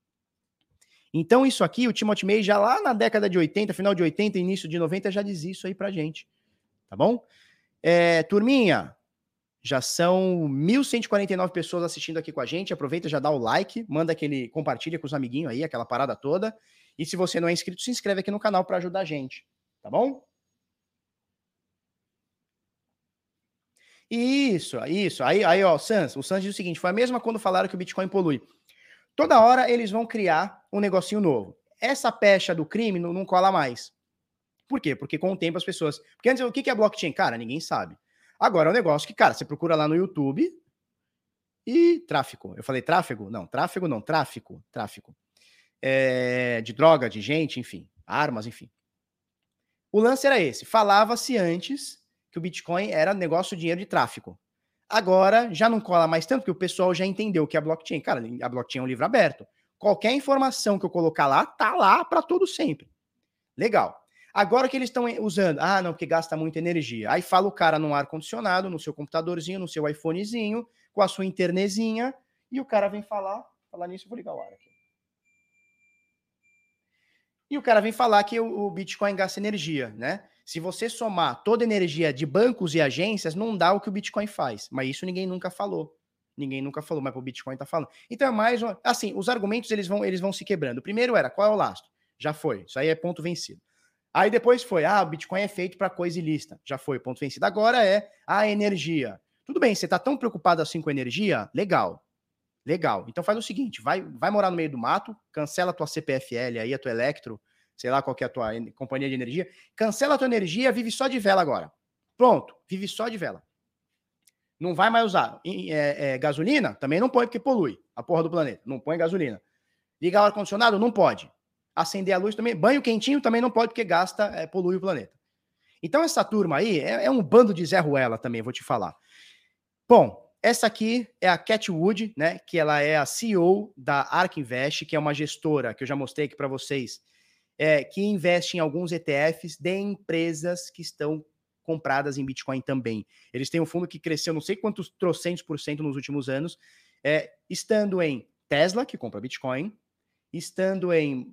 A: Então, isso aqui, o Timothy May, já lá na década de 80, final de 80, início de 90, já dizia isso aí pra gente. Tá bom? Turminha, já são 1.149 pessoas assistindo aqui com a gente. Aproveita, já dá o like, manda aquele, compartilha com os amiguinhos aí, aquela parada toda. E se você não é inscrito, se inscreve aqui no canal para ajudar a gente, tá bom? Isso. Aí, ó, o Sans diz o seguinte, foi a mesma quando falaram que o Bitcoin polui. Toda hora eles vão criar um negocinho novo. Essa pecha do crime não cola mais. Por quê? Porque com o tempo as pessoas... Porque antes, o que é blockchain? Cara, ninguém sabe. Agora é um negócio que, cara, você procura lá no YouTube e tráfico. Eu falei tráfego? Não, tráfego não, tráfico. De droga, de gente, enfim. Armas, enfim. O lance era esse. Falava-se antes que o Bitcoin era negócio de dinheiro de tráfico. Agora já não cola mais tanto, porque o pessoal já entendeu que a blockchain, cara, a blockchain é um livro aberto. Qualquer informação que eu colocar lá, tá lá para todo sempre. Legal. Agora que eles estão usando, não, porque gasta muita energia. Aí fala o cara num ar-condicionado, no seu computadorzinho, no seu iPhonezinho, com a sua internetzinha, e o cara vem falar nisso, eu vou ligar o ar aqui. E o cara vem falar que o Bitcoin gasta energia, né? Se você somar toda a energia de bancos e agências, não dá o que o Bitcoin faz. Mas isso ninguém nunca falou. Ninguém nunca falou, mas o Bitcoin tá falando. Então é mais... Assim, os argumentos eles vão se quebrando. O primeiro era, qual é o lastro? Já foi. Isso aí é ponto vencido. Aí depois foi, o Bitcoin é feito para coisa ilícita. Já foi, ponto vencido. Agora é a energia. Tudo bem, você tá tão preocupado assim com energia? Legal. Legal. Então faz o seguinte, vai morar no meio do mato, cancela a tua CPFL aí, a tua Electro, sei lá qual que é a tua companhia de energia, cancela a tua energia, vive só de vela agora. Pronto, vive só de vela. Não vai mais usar gasolina? Também não põe, porque polui a porra do planeta. Não põe gasolina. Ligar o ar-condicionado? Não pode. Acender a luz também. Banho quentinho também não pode, porque gasta, polui o planeta. Então essa turma aí é um bando de Zé Ruela também, vou te falar. Bom, essa aqui é a Cathie Wood, né, que ela é a CEO da ARK Invest, que é uma gestora que eu já mostrei aqui para vocês, que investe em alguns ETFs de empresas que estão compradas em Bitcoin também. Eles têm um fundo que cresceu não sei quantos trocentos por cento nos últimos anos, estando em Tesla, que compra Bitcoin, estando em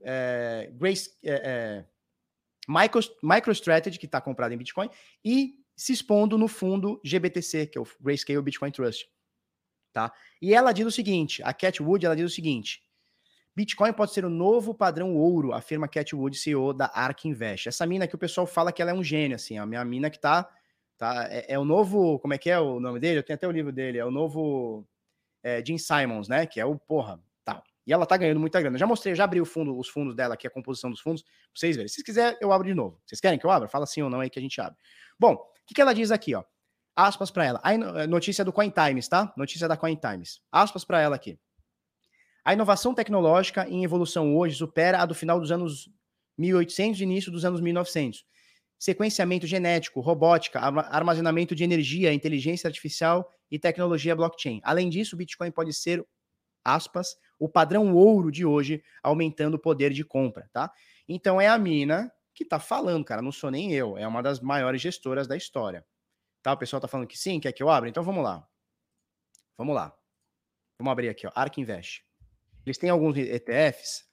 A: MicroStrategy, que está comprado em Bitcoin, e se expondo no fundo GBTC, que é o Grayscale Bitcoin Trust. Tá? E ela diz o seguinte, a Cathie Wood, ela diz o seguinte, Bitcoin pode ser o novo padrão ouro, afirma Cathie Wood, CEO da ARK Invest. Essa mina que o pessoal fala que ela é um gênio, assim, a minha mina que é o novo, como é que é o nome dele? Eu tenho até o livro dele, é o novo Jim Simons, né, que é o, tal. E ela tá ganhando muita grana. Já abri os fundos dela aqui, a composição dos fundos, pra vocês verem. Se vocês quiserem, eu abro de novo. Vocês querem que eu abra? Fala sim ou não aí que a gente abre. Bom, o que ela diz aqui, ó? Aspas para ela. Aí, notícia do CoinTimes, tá? Notícia da CoinTimes. Aspas para ela aqui. A inovação tecnológica em evolução hoje supera a do final dos anos 1800 e início dos anos 1900. Sequenciamento genético, robótica, armazenamento de energia, inteligência artificial e tecnologia blockchain. Além disso, o Bitcoin pode ser, aspas, o padrão ouro de hoje, aumentando o poder de compra, tá? Então é a mina que tá falando, cara, não sou nem eu, é uma das maiores gestoras da história. Tá? O pessoal tá falando que sim, quer que eu abra? Então vamos lá. Vamos lá. Vamos abrir aqui, ó, ARK Invest. Eles têm alguns ETFs.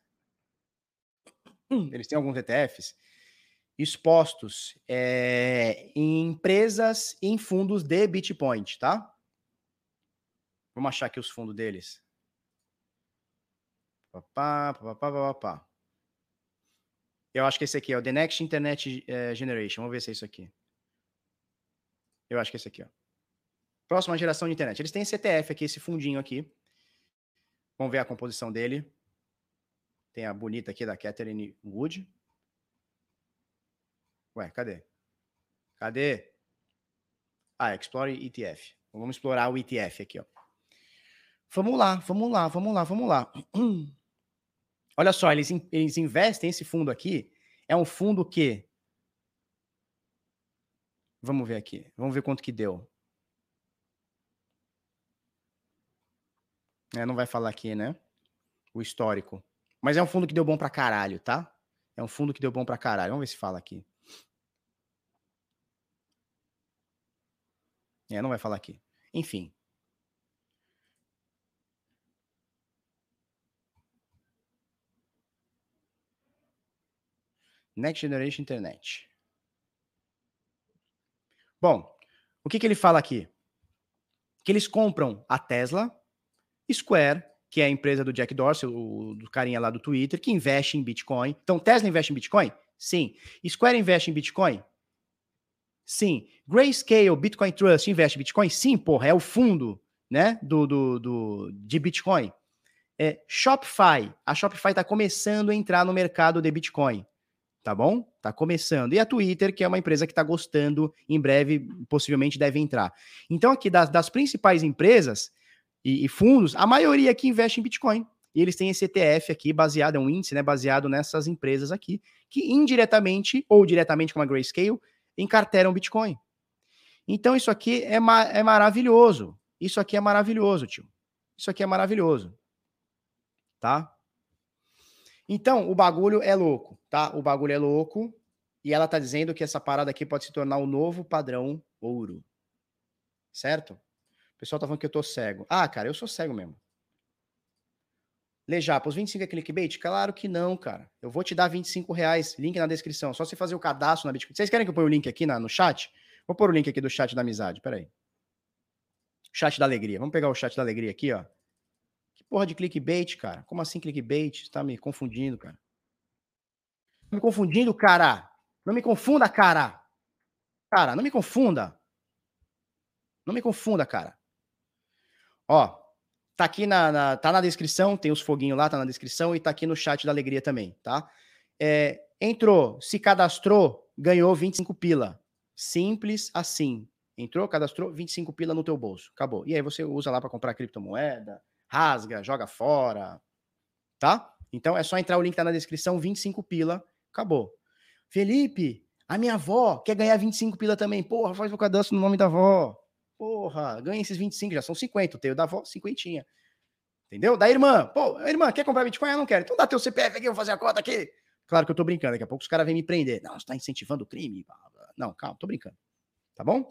A: Expostos em empresas e em fundos de Bitcoin, tá? Vamos achar aqui os fundos deles. Eu acho que esse aqui é o The Next Internet Generation. Vamos ver se é isso aqui. Eu acho que é esse aqui, ó. Próxima geração de internet. Eles têm esse ETF aqui, esse fundinho aqui. Vamos ver a composição dele. Tem a bonita aqui da Catherine Wood. Ué, cadê? Explore ETF. Vamos explorar o ETF aqui, ó. Vamos lá. Olha só, eles investem esse fundo aqui. É um fundo que... Vamos ver aqui. Vamos ver quanto que deu. Não vai falar aqui, né? O histórico. Mas é um fundo que deu bom pra caralho, tá? É um fundo que deu bom pra caralho. Vamos ver se fala aqui. Não vai falar aqui. Enfim. Next Generation Internet. Bom, o que ele fala aqui? Que eles compram a Tesla, Square, que é a empresa do Jack Dorsey, do carinha lá do Twitter, que investe em Bitcoin. Então, Tesla investe em Bitcoin? Sim. Square investe em Bitcoin? Sim. Grayscale Bitcoin Trust investe em Bitcoin? Sim, porra, é o fundo, né, de Bitcoin. Shopify. A Shopify está começando a entrar no mercado de Bitcoin. Tá bom? Tá começando. E a Twitter, que é uma empresa que está gostando, em breve, possivelmente deve entrar. Então, aqui, das principais empresas e fundos, a maioria aqui investe em Bitcoin. E eles têm esse ETF aqui, baseado, é um índice, né, baseado nessas empresas aqui, que indiretamente ou diretamente, como a Grayscale, encarteram Bitcoin. Então, isso aqui é maravilhoso. Isso aqui é maravilhoso, tio. Isso aqui é maravilhoso. Tá? Então, o bagulho é louco, tá? O bagulho é louco. E ela tá dizendo que essa parada aqui pode se tornar o novo padrão ouro. Certo? O pessoal tá falando que eu tô cego. Ah, cara, eu sou cego mesmo. Lejapa, os 25 é clickbait? Claro que não, cara. Eu vou te dar R$25, link na descrição. Só você fazer o cadastro na Bitcoin. Vocês querem que eu ponha o link aqui no chat? Vou pôr o link aqui do chat da amizade, peraí. Chat da alegria. Vamos pegar o chat da alegria aqui, ó. Que porra de clickbait, cara? Como assim clickbait? Você tá me confundindo, cara. Tá me confundindo, cara. Não me confunda, cara. Cara, não me confunda. Não me confunda, cara. Ó, tá aqui tá na descrição, tem os foguinhos lá, tá na descrição e tá aqui no chat da alegria também, tá? Entrou, se cadastrou, ganhou 25 pila. Simples assim. Entrou, cadastrou, 25 pila no teu bolso. Acabou. E aí você usa lá para comprar criptomoeda, rasga, joga fora, tá? Então é só entrar, o link tá na descrição, 25 pila, acabou. Felipe, a minha avó quer ganhar 25 pila também. Porra, faz o cadastro no nome da avó. Porra, ganha esses 25, já são 50. O teu da avó, 50. Entendeu? Da irmã. Pô, irmã, quer comprar Bitcoin? Eu não quero. Então dá teu CPF aqui, eu vou fazer a conta aqui. Claro que eu tô brincando, daqui a pouco os caras vêm me prender. Não, você tá incentivando o crime. Não, calma, tô brincando. Tá bom?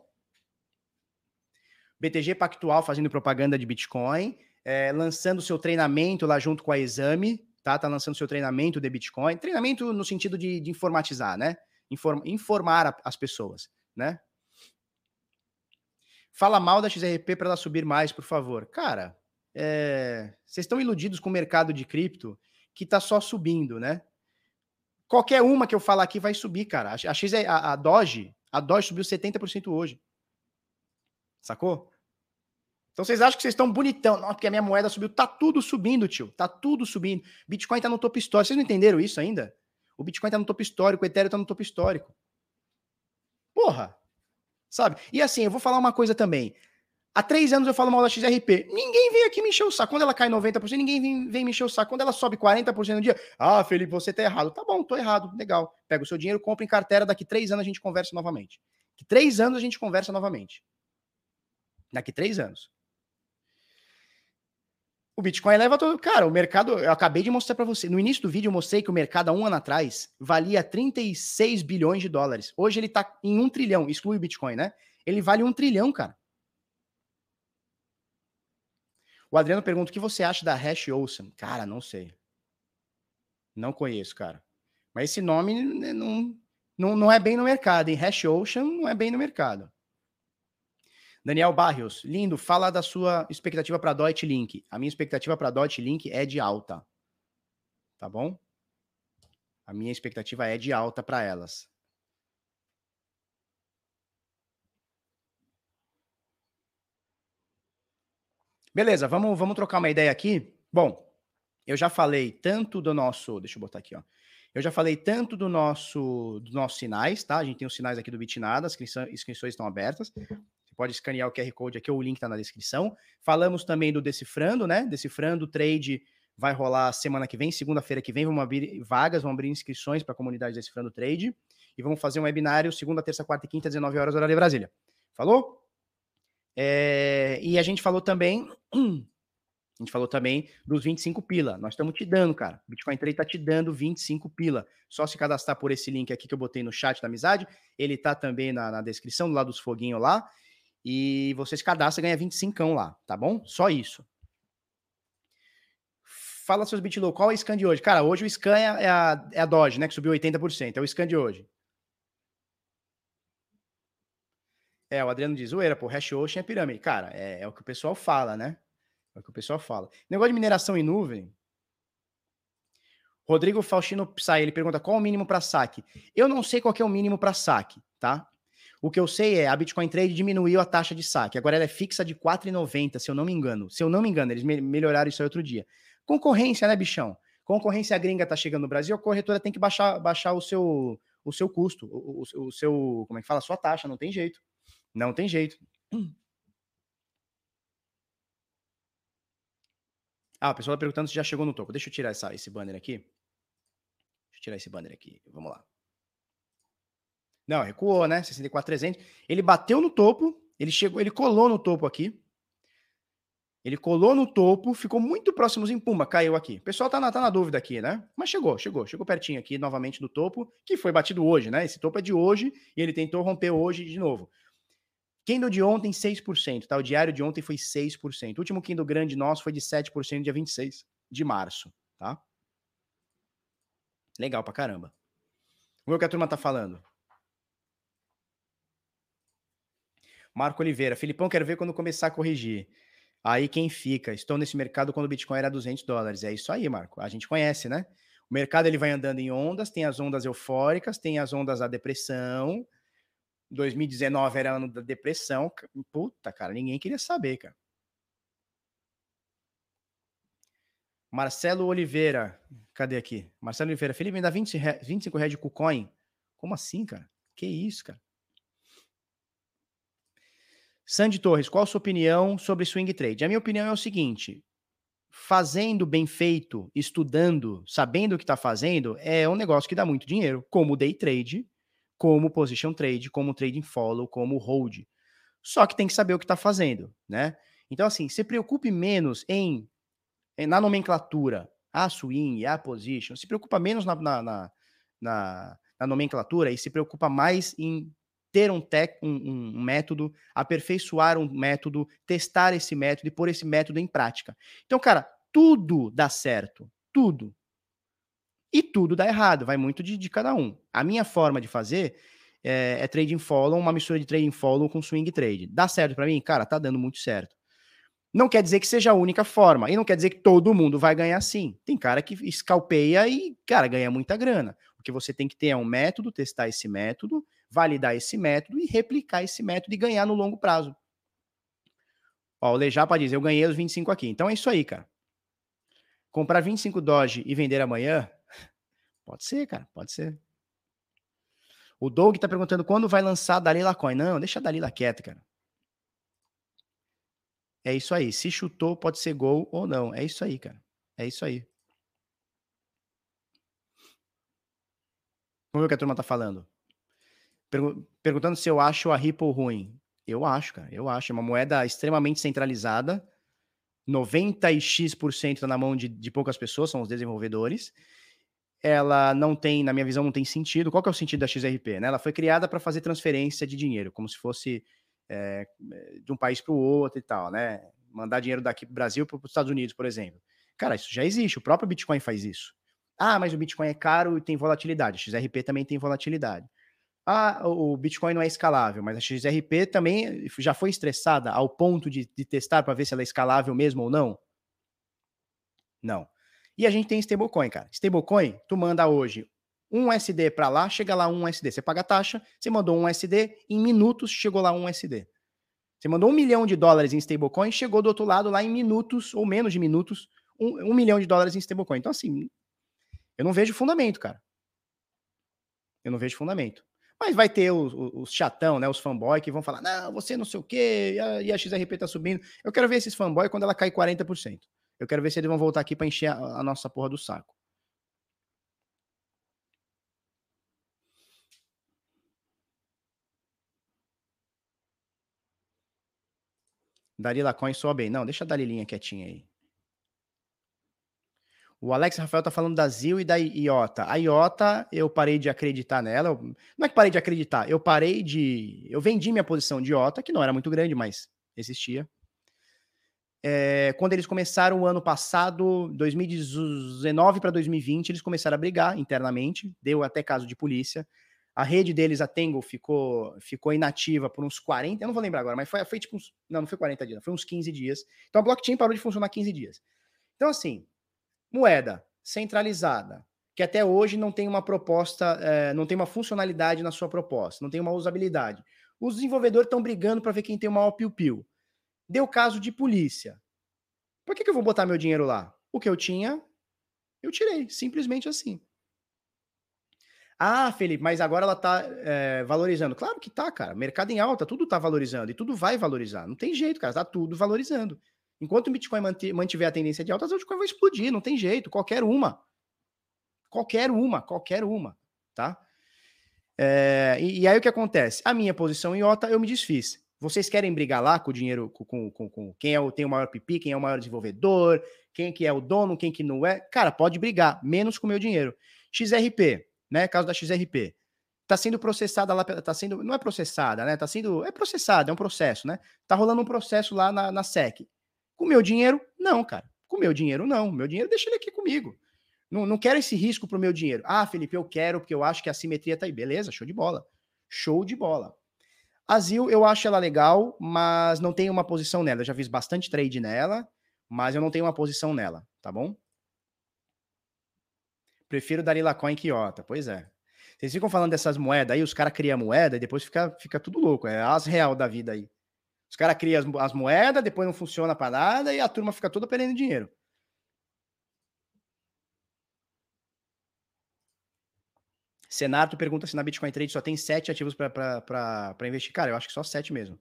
A: BTG Pactual fazendo propaganda de Bitcoin, lançando seu treinamento lá junto com a Exame, tá? Tá lançando seu treinamento de Bitcoin. Treinamento no sentido de informatizar, né? Informar as pessoas, né? Fala mal da XRP para ela subir mais, por favor. Cara, vocês estão iludidos com o mercado de cripto que tá só subindo, né? Qualquer uma que eu falar aqui vai subir, cara. A Doge subiu 70% hoje. Sacou? Então vocês acham que vocês estão bonitão. Não, porque a minha moeda subiu. Tá tudo subindo, tio. Tá tudo subindo. Bitcoin tá no topo histórico. Vocês não entenderam isso ainda? O Bitcoin tá no topo histórico, o Ethereum tá no topo histórico. Porra! Sabe? E assim, eu vou falar uma coisa também. Há 3 anos eu falo mal da XRP. Ninguém vem aqui me encher o saco. Quando ela cai 90%, ninguém vem me encher o saco. Quando ela sobe 40% no dia, ah, Felipe, você tá errado. Tá bom, tô errado. Legal. Pega o seu dinheiro, compra em carteira. Daqui 3 anos a gente conversa novamente. Daqui 3 anos a gente conversa novamente. Daqui 3 anos. O Bitcoin leva todo. Cara, o mercado. Eu acabei de mostrar para você. No início do vídeo, eu mostrei que o mercado há 1 ano atrás valia 36 bilhões de dólares. Hoje ele tá em 1 trilhão. Exclui o Bitcoin, né? Ele vale 1 trilhão, cara. O Adriano pergunta: o que você acha da Hash Ocean? Cara, não sei. Não conheço, cara. Mas esse nome não é bem no mercado, hein? Hash Ocean não é bem no mercado. Daniel Barrios, lindo, fala da sua expectativa para Deutsche Link. A minha expectativa para Deutsche Link é de alta. Tá bom? A minha expectativa é de alta para elas. Beleza, vamos trocar uma ideia aqui. Bom, eu já falei tanto do nosso... Deixa eu botar aqui, ó. Eu já falei tanto dos nossos sinais, tá? A gente tem os sinais aqui do Bitnada, as inscrições estão abertas. Você pode escanear o QR Code aqui, ou o link tá na descrição. Falamos também do Decifrando, né? Decifrando o trade vai rolar semana que vem, segunda-feira que vem, vamos abrir vagas, vamos abrir inscrições para a comunidade Decifrando Trade. E vamos fazer um webinário segunda, terça, quarta e quinta, 19 horas, horário de Brasília. Falou? E a gente falou também... A gente falou também dos 25 pila. Nós estamos te dando, cara. O Bitcoin Trade tá te dando 25 pila. Só se cadastrar por esse link aqui que eu botei no chat da amizade. Ele tá também na descrição, do lado dos foguinhos lá. E você se cadastra e ganha 25 lá, tá bom? Só isso. Fala, seus BitLow, qual é o scan de hoje? Cara, hoje o scan é a Doge, né? Que subiu 80%. É o scan de hoje. O Adriano diz, pô, Hash Ocean é pirâmide. Cara, é o que o pessoal fala, né? É o que o pessoal fala. Negócio de mineração em nuvem. Rodrigo Faustino Psai, ele pergunta qual o mínimo para saque. Eu não sei qual que é o mínimo para saque, tá? O que eu sei é a Bitcoin Trade diminuiu a taxa de saque. Agora ela é fixa de 4,90, se eu não me engano. Se eu não me engano, eles melhoraram isso aí outro dia. Concorrência, né, bichão? Concorrência gringa tá chegando no Brasil, a corretora tem que baixar o seu custo, o seu, como é que fala? A sua taxa, não tem jeito. Não tem jeito. Ah, a pessoa tá perguntando se já chegou no topo. Deixa eu tirar esse banner aqui. Deixa eu tirar esse banner aqui. Vamos lá. Não, recuou, né? 64.300. Ele bateu no topo, ele colou no topo aqui. Ele colou no topo, ficou muito próximozinho, pumba, caiu aqui. O pessoal tá na dúvida aqui, né? Mas chegou pertinho aqui novamente do topo, que foi batido hoje, né? Esse topo é de hoje e ele tentou romper hoje de novo. Candle de ontem, 6%, tá? O diário de ontem foi 6%. O último candle grande nosso foi de 7%, dia 26 de março, tá? Legal pra caramba. Vamos ver o que a turma tá falando. Marco Oliveira. Filipão, quero ver quando começar a corrigir. Aí quem fica? Estou nesse mercado quando o Bitcoin era $200. É isso aí, Marco. A gente conhece, né? O mercado ele vai andando em ondas, tem as ondas eufóricas, tem as ondas da depressão. 2019 era ano da depressão. Puta, cara, ninguém queria saber, cara. Marcelo Oliveira. Cadê aqui? Marcelo Oliveira. Felipe, me dá 25 reais de KuCoin? Como assim, cara? Que isso, cara? Sandy Torres, qual a sua opinião sobre swing trade? A minha opinião é o seguinte: fazendo bem feito, estudando, sabendo o que está fazendo, é um negócio que dá muito dinheiro, como day trade, como position trade, como trading follow, como hold. Só que tem que saber o que está fazendo, né? Então, assim, se preocupe menos na nomenclatura, a swing, a position, se preocupa menos na nomenclatura e se preocupa mais em ter um método, aperfeiçoar um método, testar esse método e pôr esse método em prática. Então, cara, tudo dá certo. Tudo. E tudo dá errado. Vai muito de cada um. A minha forma de fazer é trading follow, uma mistura de trading follow com swing trade. Dá certo para mim? Cara, tá dando muito certo. Não quer dizer que seja a única forma. E não quer dizer que todo mundo vai ganhar assim. Tem cara que escalpeia e, cara, ganha muita grana. O que você tem que ter é um método, testar esse método, validar esse método e replicar esse método e ganhar no longo prazo. Ó, o Lejapa diz, eu ganhei os 25 aqui. Então é isso aí, cara. Comprar 25 Doge e vender amanhã? Pode ser, cara, pode ser. O Doug tá perguntando quando vai lançar a Dalila Coin. Não, deixa a Dalila quieta, cara. É isso aí. Se chutou, pode ser gol ou não. É isso aí, cara. É isso aí. Vamos ver o que a turma tá falando. Perguntando se eu acho a Ripple ruim. Eu acho, cara. Eu acho. É uma moeda extremamente centralizada. 90x% está na mão de poucas pessoas, são os desenvolvedores. Ela não tem, na minha visão, não tem sentido. Qual que é o sentido da XRP? Né? Ela foi criada para fazer transferência de dinheiro, como se fosse de um país para o outro e tal, né? Mandar dinheiro daqui para o Brasil para os Estados Unidos, por exemplo. Cara, isso já existe. O próprio Bitcoin faz isso. Ah, mas o Bitcoin é caro e tem volatilidade. A XRP também tem volatilidade. Ah, o Bitcoin não é escalável, mas a XRP também já foi estressada ao ponto de testar para ver se ela é escalável mesmo ou não? Não. E a gente tem stablecoin, cara. Stablecoin, tu manda hoje um USD para lá, chega lá um USD. Você paga a taxa, você mandou um USD, em minutos chegou lá um USD. Você mandou $1 milhão em stablecoin, chegou do outro lado lá em minutos, ou menos de minutos, $1 milhão em stablecoin. Então, assim, eu não vejo fundamento, cara. Eu não vejo fundamento. Mas vai ter os chatão, né? Os fanboy que vão falar, não, você não sei o quê, e a XRP tá subindo. Eu quero ver esses fanboy quando ela cai 40%. Eu quero ver se eles vão voltar aqui para encher a nossa porra do saco. Dalila Coin soa bem. Não, deixa a Dalilinha quietinha aí. O Alex Rafael tá falando da ZIL e da IOTA. A IOTA, eu parei de acreditar nela. Não é que parei de acreditar, eu vendi minha posição de IOTA, que não era muito grande, mas existia. Quando eles começaram o ano passado, 2019 para 2020, eles começaram a brigar internamente, deu até caso de polícia. A rede deles, a Tangle, ficou inativa por uns 40, eu não vou lembrar agora, mas foi tipo uns, não foi 40 dias, foi uns 15 dias. Então a blockchain parou de funcionar 15 dias. Então assim, moeda centralizada, que até hoje não tem uma proposta, não tem uma funcionalidade na sua proposta, não tem uma usabilidade. Os desenvolvedores estão brigando para ver quem tem o maior piu-piu. Deu caso de polícia. Por que eu vou botar meu dinheiro lá? O que eu tinha, eu tirei, simplesmente assim. Ah, Felipe, mas agora ela tá valorizando. Claro que tá, cara. Mercado em alta, tudo tá valorizando e tudo vai valorizar. Não tem jeito, cara. Tá tudo valorizando. Enquanto o Bitcoin mantiver a tendência de alta, as altcoins vão explodir. Não tem jeito. Qualquer uma. Qualquer uma. Tá? E aí o que acontece? A minha posição em IOTA eu me desfiz. Vocês querem brigar lá com o dinheiro, com quem tem o maior pipi, quem é o maior desenvolvedor, quem que é o dono, quem que não é? Cara, pode brigar, menos com o meu dinheiro. XRP, né? Caso da XRP. Tá sendo processada lá, não é processada, né? É processada, é um processo, né? Tá rolando um processo lá na SEC. Com o meu dinheiro, não, cara. Com o meu dinheiro, não. Meu dinheiro, deixa ele aqui comigo. Não quero esse risco pro meu dinheiro. Ah, Felipe, eu quero porque eu acho que a simetria tá aí. Beleza, show de bola. Show de bola. A ZIL, eu acho ela legal, mas não tenho uma posição nela. Eu já fiz bastante trade nela, mas eu não tenho uma posição nela, tá bom? Prefiro Darila Coin que Iota. Pois é. Vocês ficam falando dessas moedas aí, os caras criam moeda e depois fica tudo louco. É as real da vida aí. Os caras criam as moedas, depois não funciona pra nada e a turma fica toda perdendo dinheiro. Senato pergunta se na Bitcoin Trade só tem 7 ativos para investir. Cara, eu acho que só 7 mesmo.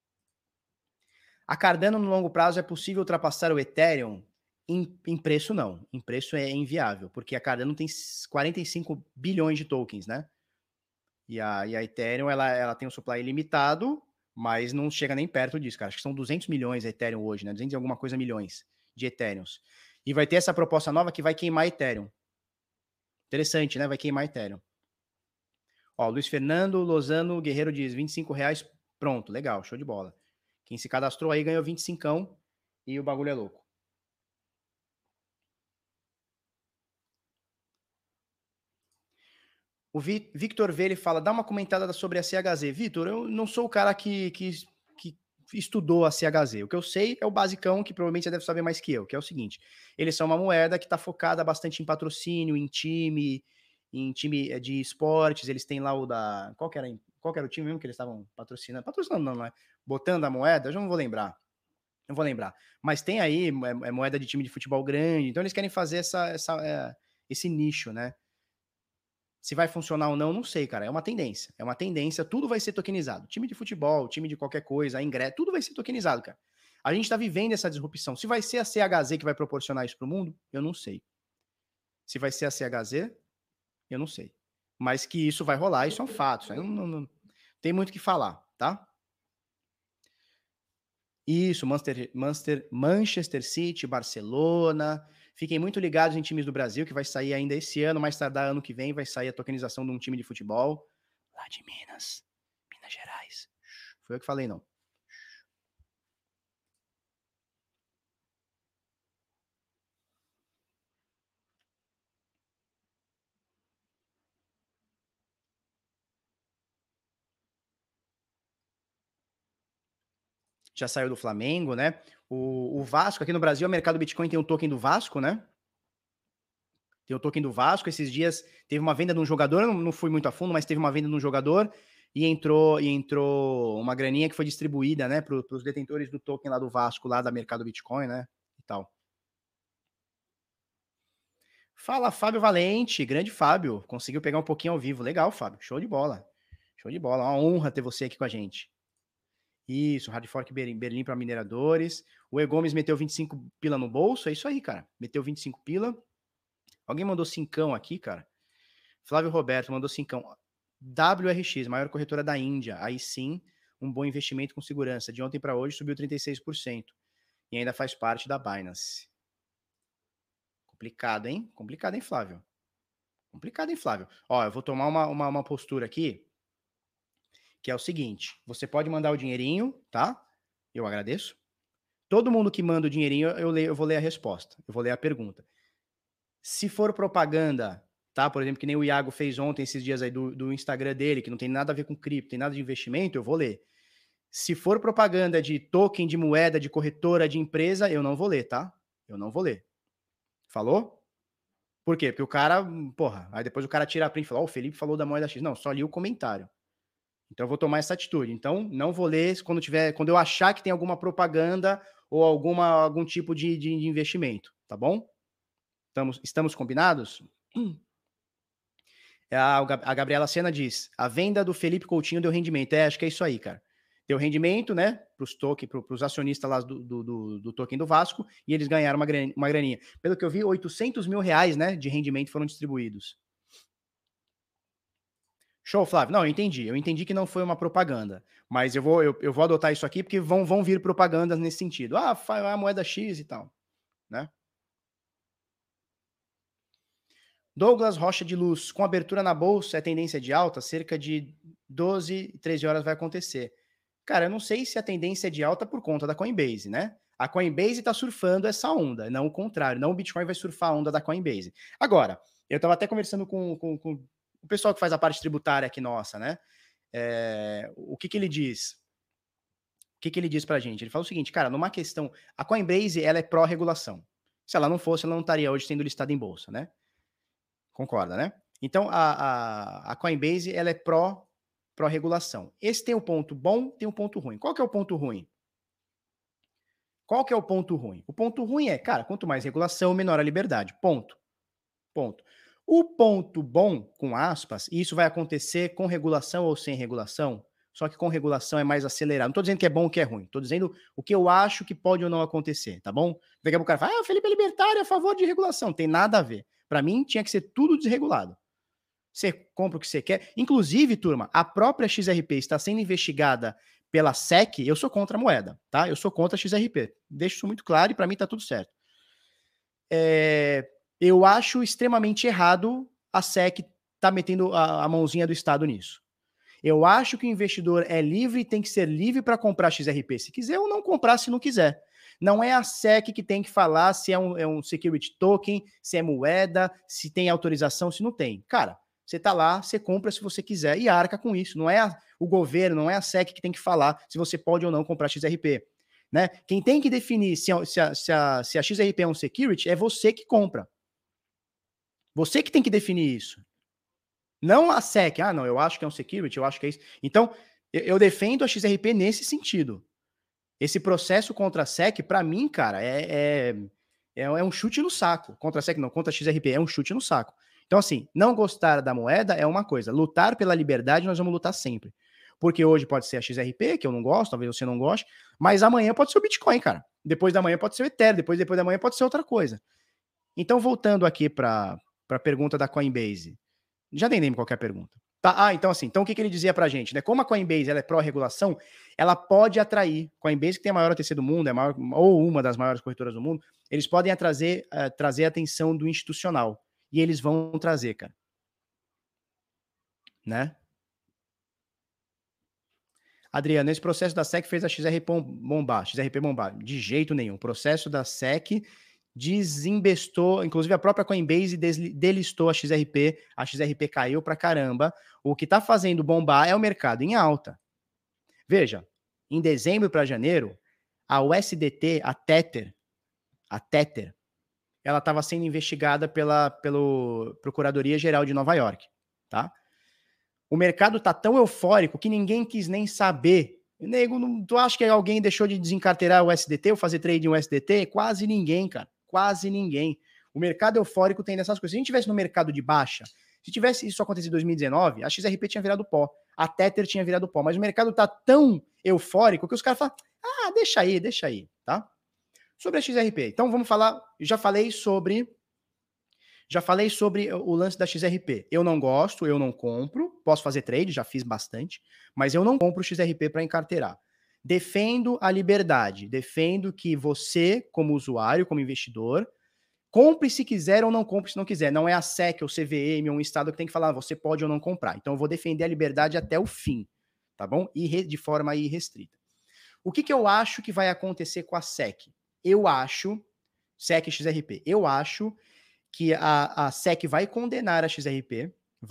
A: A Cardano no longo prazo é possível ultrapassar o Ethereum? Em preço, não. Em preço é inviável, porque a Cardano tem 45 bilhões de tokens, né? E a Ethereum, ela tem um supply ilimitado, mas não chega nem perto disso, cara. Acho que são 200 milhões a Ethereum hoje, né? 200 e alguma coisa milhões de Ethereums. E vai ter essa proposta nova que vai queimar Ethereum. Interessante, né? Vai queimar Ethereum. Ó, Luiz Fernando Lozano Guerreiro diz R$ 25. Pronto, legal, show de bola. Quem se cadastrou aí ganhou 25 e o bagulho é louco. O Victor V, ele fala, dá uma comentada sobre a CHZ. Vitor, eu não sou o cara que estudou a CHZ. O que eu sei é o basicão, que provavelmente você deve saber mais que eu, que é o seguinte. Eles são uma moeda que está focada bastante em patrocínio, em time de esportes. Eles têm lá o da... Qual que era o time mesmo que eles estavam patrocinando? Patrocinando não é? Botando a moeda, eu já não vou lembrar. Não vou lembrar. Mas tem aí moeda de time de futebol grande. Então eles querem fazer esse nicho, né? Se vai funcionar ou não, não sei, cara. É uma tendência. É uma tendência. Tudo vai ser tokenizado. Time de futebol, time de qualquer coisa, ingresso, tudo vai ser tokenizado, cara. A gente tá vivendo essa disrupção. Se vai ser a CHZ que vai proporcionar isso pro mundo, eu não sei. Se vai ser a CHZ, eu não sei. Mas que isso vai rolar, isso é um fato. Isso aí não tem muito o que falar, tá? Isso, Manchester City, Barcelona. Fiquem muito ligados em times do Brasil, que vai sair ainda esse ano, mais tardar ano que vem, vai sair a tokenização de um time de futebol lá de Minas Gerais. Foi eu que falei, não. Já saiu do Flamengo, né? O Vasco, aqui no Brasil, o mercado Bitcoin tem o token do Vasco, né? Tem o token do Vasco. Esses dias teve uma venda de um jogador, não fui muito a fundo, mas teve uma venda de um jogador e entrou uma graninha que foi distribuída, né, para os detentores do token lá do Vasco, lá da mercado Bitcoin, né? E tal. Fala, Fábio Valente, grande Fábio. Conseguiu pegar um pouquinho ao vivo. Legal, Fábio. Show de bola. Show de bola. Uma honra ter você aqui com a gente. Isso, Hard Fork Berlim para mineradores. O E Gomes meteu 25 pila no bolso. É isso aí, cara. Meteu 25 pila. Alguém mandou cincão aqui, cara. Flávio Roberto mandou cincão. WRX, maior corretora da Índia. Aí sim, um bom investimento com segurança. De ontem para hoje subiu 36%. E ainda faz parte da Binance. Complicado, hein? Complicado, hein, Flávio? Complicado, hein, Flávio? Ó, eu vou tomar uma postura aqui, que é o seguinte: você pode mandar o dinheirinho, tá? Eu agradeço. Todo mundo que manda o dinheirinho, eu vou ler a resposta. Eu vou ler a pergunta. Se for propaganda, tá? Por exemplo, que nem o Iago fez ontem, esses dias aí do Instagram dele, que não tem nada a ver com cripto, tem nada de investimento, eu vou ler. Se for propaganda de token, de moeda, de corretora, de empresa, eu não vou ler, tá? Eu não vou ler. Falou? Por quê? Porque o cara, porra, aí depois o cara tira a print e fala, ó, o Felipe falou da moeda X. Não, só li o comentário. Então eu vou tomar essa atitude. Então não vou ler quando eu achar que tem alguma propaganda ou algum tipo de investimento, tá bom? Estamos combinados? A Gabriela Sena diz, a venda do Felipe Coutinho deu rendimento. Acho que é isso aí, cara. Deu rendimento, né, pros acionistas lá do token do Vasco, e eles ganharam uma graninha. Pelo que eu vi, 800 mil reais, né, de rendimento foram distribuídos. Show, Flávio. Não, eu entendi. Eu entendi que não foi uma propaganda. Mas eu vou adotar isso aqui porque vão vir propagandas nesse sentido. Ah, a moeda X e tal, né? Douglas Rocha de Luz, com abertura na bolsa, é tendência de alta, cerca de 12, 13 horas vai acontecer. Cara, eu não sei se a tendência é de alta por conta da Coinbase, né? A Coinbase está surfando essa onda, não o contrário. Não o Bitcoin vai surfar a onda da Coinbase. Agora, eu estava até conversando com o pessoal que faz a parte tributária aqui nossa, né? O que ele diz? O que ele diz pra gente? Ele fala o seguinte, cara, numa questão... A Coinbase, ela é pró-regulação. Se ela não fosse, ela não estaria hoje sendo listada em bolsa, né? Concorda, né? Então, a Coinbase, ela é pró-regulação. Esse tem um ponto bom, tem um ponto ruim. Qual que é o ponto ruim? Qual que é o ponto ruim? O ponto ruim é, cara, quanto mais regulação, menor a liberdade. Ponto. Ponto. O ponto bom, com aspas, e isso vai acontecer com regulação ou sem regulação, só que com regulação é mais acelerado. Não estou dizendo que é bom ou que é ruim, estou dizendo o que eu acho que pode ou não acontecer, tá bom? Daqui a pouco o cara fala, o Felipe é libertário, é a favor de regulação. Tem nada a ver. Para mim, tinha que ser tudo desregulado. Você compra o que você quer. Inclusive, turma, a própria XRP está sendo investigada pela SEC. Eu sou contra a moeda, tá? Eu sou contra a XRP. Deixo isso muito claro e para mim tá tudo certo. Eu acho extremamente errado a SEC tá metendo a mãozinha do Estado nisso. Eu acho que o investidor é livre e tem que ser livre para comprar XRP se quiser ou não comprar se não quiser. Não é a SEC que tem que falar se é um security token, se é moeda, se tem autorização, se não tem. Cara, você tá lá, você compra se você quiser e arca com isso. Não é o governo, não é a SEC que tem que falar se você pode ou não comprar XRP. Né? Quem tem que definir se a XRP é um security é você que compra. Você que tem que definir isso. Não a SEC. Ah, não, eu acho que é um security, eu acho que é isso. Então, eu defendo a XRP nesse sentido. Esse processo contra a SEC, para mim, cara, é um chute no saco. Contra a SEC não, contra a XRP é um chute no saco. Então, assim, não gostar da moeda é uma coisa. Lutar pela liberdade, nós vamos lutar sempre. Porque hoje pode ser a XRP, que eu não gosto, talvez você não goste, mas amanhã pode ser o Bitcoin, cara. Depois da manhã pode ser o Ethereum, depois da manhã pode ser outra coisa. Então, voltando aqui para a pergunta da Coinbase. Já nem lembro qual que é a pergunta. Tá, então assim, então o que ele dizia pra gente, né? Como a Coinbase ela é pró-regulação, ela pode atrair, Coinbase que tem a maior OTC do mundo, ou uma das maiores corretoras do mundo, eles podem trazer a atenção do institucional. E eles vão trazer, cara. Né? Adriano, esse processo da SEC fez a XRP bombar. De jeito nenhum. O processo da SEC desembestou, inclusive a própria Coinbase delistou a XRP caiu pra caramba. O que tá fazendo bombar é o mercado em alta. Veja, em dezembro para janeiro, a USDT, a Tether, ela estava sendo investigada pela Procuradoria Geral de Nova York, tá? O mercado tá tão eufórico que ninguém quis nem saber. Nego, tu acha que alguém deixou de desencarteirar o USDT ou fazer trade em USDT? Quase ninguém, cara. Quase ninguém. O mercado eufórico tem dessas coisas. Se a gente tivesse no mercado de baixa, se tivesse isso acontecido em 2019, a XRP tinha virado pó, a Tether tinha virado pó, mas o mercado tá tão eufórico que os caras falam, deixa aí, tá? Sobre a XRP. Então vamos falar, já falei sobre o lance da XRP. Eu não gosto, eu não compro, posso fazer trade, já fiz bastante, mas eu não compro XRP para encarteirar. Defendo a liberdade, defendo que você, como usuário, como investidor, compre se quiser ou não compre se não quiser. Não é a SEC ou CVM ou um estado que tem que falar, você pode ou não comprar. Então eu vou defender a liberdade até o fim, tá bom? E de forma irrestrita. O que eu acho que vai acontecer com a SEC? Eu acho, SEC e XRP, eu acho que a SEC vai condenar a XRP,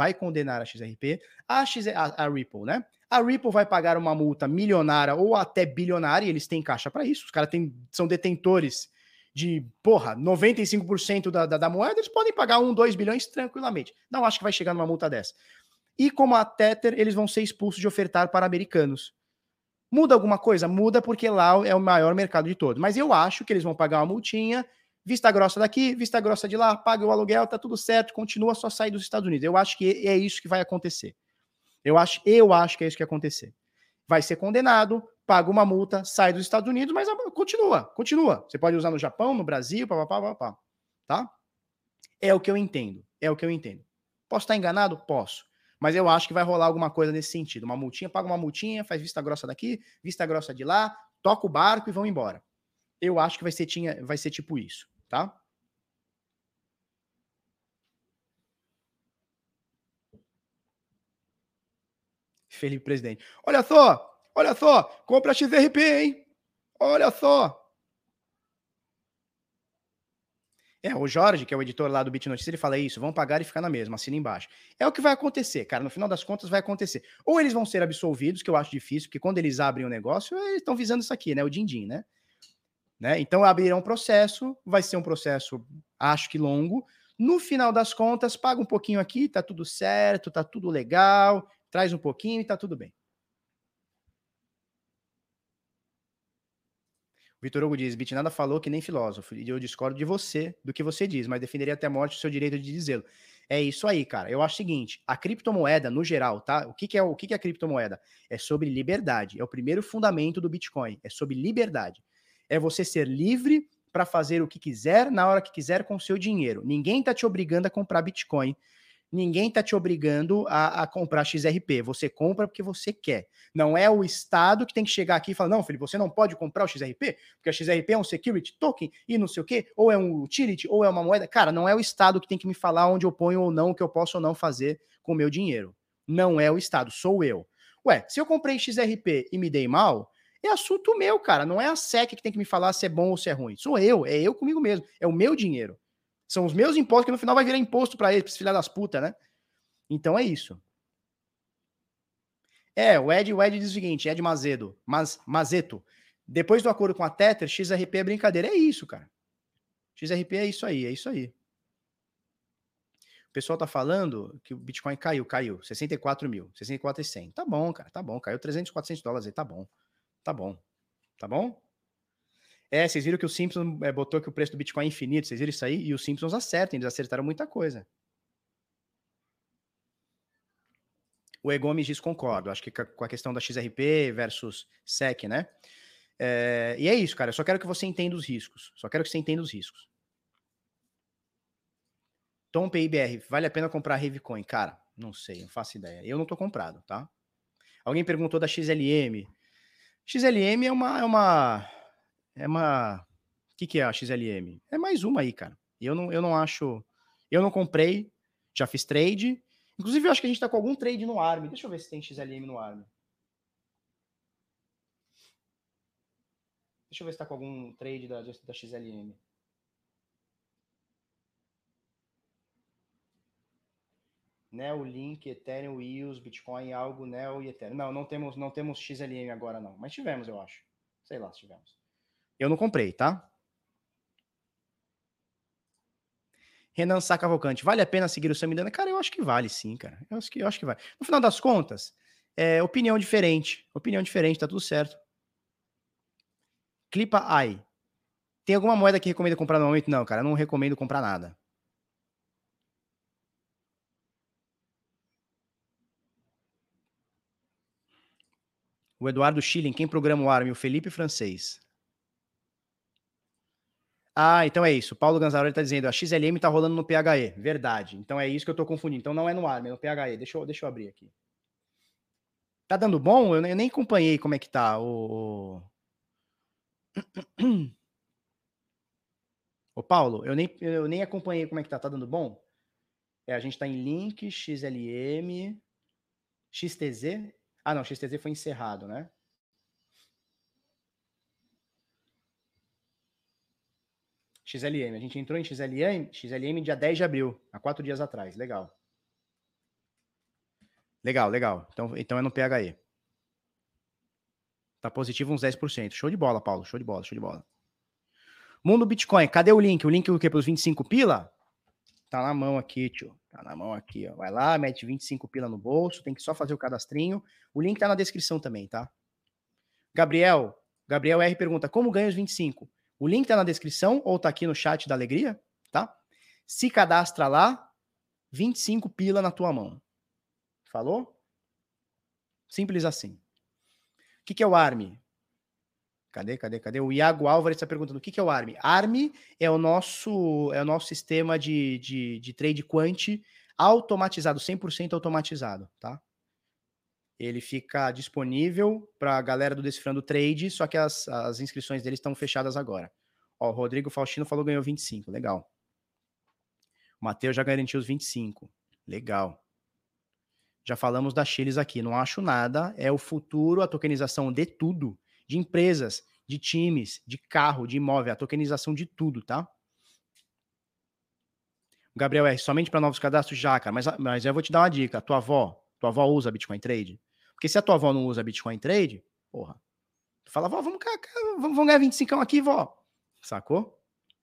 A: a Ripple, né? A Ripple vai pagar uma multa milionária ou até bilionária, e eles têm caixa para isso, os caras são detentores de, 95% da moeda, eles podem pagar 2 bilhões tranquilamente. Não acho que vai chegar numa multa dessa. E como a Tether, eles vão ser expulsos de ofertar para americanos. Muda alguma coisa? Muda porque lá é o maior mercado de todos. Mas eu acho que eles vão pagar uma multinha, vista grossa daqui, vista grossa de lá, paga o aluguel, tá tudo certo, continua só sair dos Estados Unidos. Eu acho que é isso que vai acontecer. Eu acho que é isso que vai acontecer. Vai ser condenado, paga uma multa, sai dos Estados Unidos, mas continua. Você pode usar no Japão, no Brasil, papapá, tá? É o que eu entendo. Posso estar enganado? Posso. Mas eu acho que vai rolar alguma coisa nesse sentido. Uma multinha, paga uma multinha, faz vista grossa daqui, vista grossa de lá, toca o barco e vão embora. Eu acho que vai ser tipo isso, tá? Felipe Presidente. Olha só, compra XRP, hein? Olha só. O Jorge, que é o editor lá do BitNotícias, ele fala isso, vão pagar e ficar na mesma, assina embaixo. É o que vai acontecer, cara, no final das contas vai acontecer. Ou eles vão ser absolvidos, que eu acho difícil, porque quando eles abrem o negócio, eles estão visando isso aqui, né, o din-din, né? Então abrirão um processo, vai ser um processo, acho que longo, no final das contas, paga um pouquinho aqui, tá tudo certo, tá tudo legal, traz um pouquinho e tá tudo bem. Vitor Hugo diz, Bitnada falou que nem filósofo, e eu discordo de você, do que você diz, mas defenderia até a morte o seu direito de dizê-lo. É isso aí, cara. Eu acho o seguinte, a criptomoeda, no geral, tá? O que é a criptomoeda? É sobre liberdade. É o primeiro fundamento do Bitcoin. É sobre liberdade. É você ser livre para fazer o que quiser, na hora que quiser, com o seu dinheiro. Ninguém tá te obrigando a comprar Bitcoin. Ninguém tá te obrigando a comprar XRP. Você compra porque você quer. Não é o Estado que tem que chegar aqui e falar, não, Felipe, você não pode comprar o XRP, porque a XRP é um security token e não sei o quê, ou é um utility, ou é uma moeda. Cara, não é o Estado que tem que me falar onde eu ponho ou não, o que eu posso ou não fazer com o meu dinheiro. Não é o Estado, sou eu. Ué, se eu comprei XRP e me dei mal, é assunto meu, cara. Não é a SEC que tem que me falar se é bom ou se é ruim. Sou eu, é eu comigo mesmo. É o meu dinheiro. São os meus impostos que no final vai virar imposto para eles, para esses filha das putas, né? Então é isso. O Ed diz o seguinte, Ed Mazedo, Mazeto, depois do acordo com a Tether, XRP é brincadeira. É isso, cara. XRP é isso aí, é isso aí. O pessoal tá falando que o Bitcoin caiu. 64 mil, 64 e 100. Tá bom, cara, tá bom. Caiu 300, 400 dólares aí, tá bom. Tá bom. Tá bom? Vocês viram que o Simpsons botou que o preço do Bitcoin é infinito, vocês viram isso aí? E os Simpsons acertam, eles acertaram muita coisa. O E. Gomes diz, concordo. Acho que com a questão da XRP versus SEC, né? E é isso, cara. Eu só quero que você entenda os riscos. Tom PIBR, vale a pena comprar Ravecoin? Cara, não sei, não faço ideia. Eu não tô comprado, tá? Alguém perguntou da XLM. XLM é uma... O que é a XLM? É mais uma aí, cara. Eu não acho... Eu não comprei, já fiz trade. Inclusive, eu acho que a gente tá com algum trade no ARM. Deixa eu ver se tem XLM no ARM. Deixa eu ver se tá com algum trade da XLM. Neo, Link, Ethereum, EOS, Bitcoin, algo, Neo e Ethereum. Não temos XLM agora não. Mas tivemos, eu acho. Sei lá se tivemos. Eu não comprei, tá? Renan Sacavalcante, vale a pena seguir o Samidana? Cara, eu acho que vale sim, cara. Eu acho que vale. No final das contas, opinião diferente. Opinião diferente, tá tudo certo. Clipa AI. Tem alguma moeda que recomenda comprar no momento? Não, cara, eu não recomendo comprar nada. O Eduardo Schilling, quem programa o ARM? O Felipe Francês. Ah, então é isso. O Paulo Ganzaroli está dizendo, a XLM está rolando no PHE. Verdade. Então é isso que eu estou confundindo. Então não é no ARM, é no PHE. Deixa eu abrir aqui. Tá dando bom? Eu nem acompanhei como é que tá Ô, Paulo, eu nem acompanhei como é que tá. Tá dando bom? A gente tá em Link, XLM, XTZ. Ah, não, XTZ foi encerrado, né? XLM. A gente entrou em XLM dia 10 de abril, há 4 dias atrás. Legal. Legal. Então é no PHE. Tá positivo uns 10%. Show de bola, Paulo. Show de bola. Mundo Bitcoin, cadê o link? O link o quê? Pros 25 pila? Tá na mão aqui, tio. Tá na mão aqui, ó. Vai lá, mete 25 pila no bolso, tem que só fazer o cadastrinho. O link tá na descrição também, tá? Gabriel R pergunta, como ganha os 25? O link tá na descrição ou tá aqui no chat da Alegria, tá? Se cadastra lá, 25 pila na tua mão. Falou? Simples assim. O que é o ARM? Cadê? O Iago Álvares está perguntando o que é o ARM. ARM é o nosso sistema de trade quant automatizado, 100% automatizado, tá? Ele fica disponível para a galera do Decifrando Trade, só que as inscrições deles estão fechadas agora. Ó, o Rodrigo Faustino falou que ganhou 25, legal. O Matheus já garantiu os 25, legal. Já falamos da Chiles aqui, não acho nada, é o futuro, a tokenização de tudo, de empresas, de times, de carro, de imóvel, a tokenização de tudo, tá? Gabriel R, somente para novos cadastros já, cara, mas eu vou te dar uma dica, tua avó usa Bitcoin Trade? Porque se a tua avó não usa Bitcoin Trade, porra, tu fala, vó, vamos ganhar 25 aqui, vó, sacou?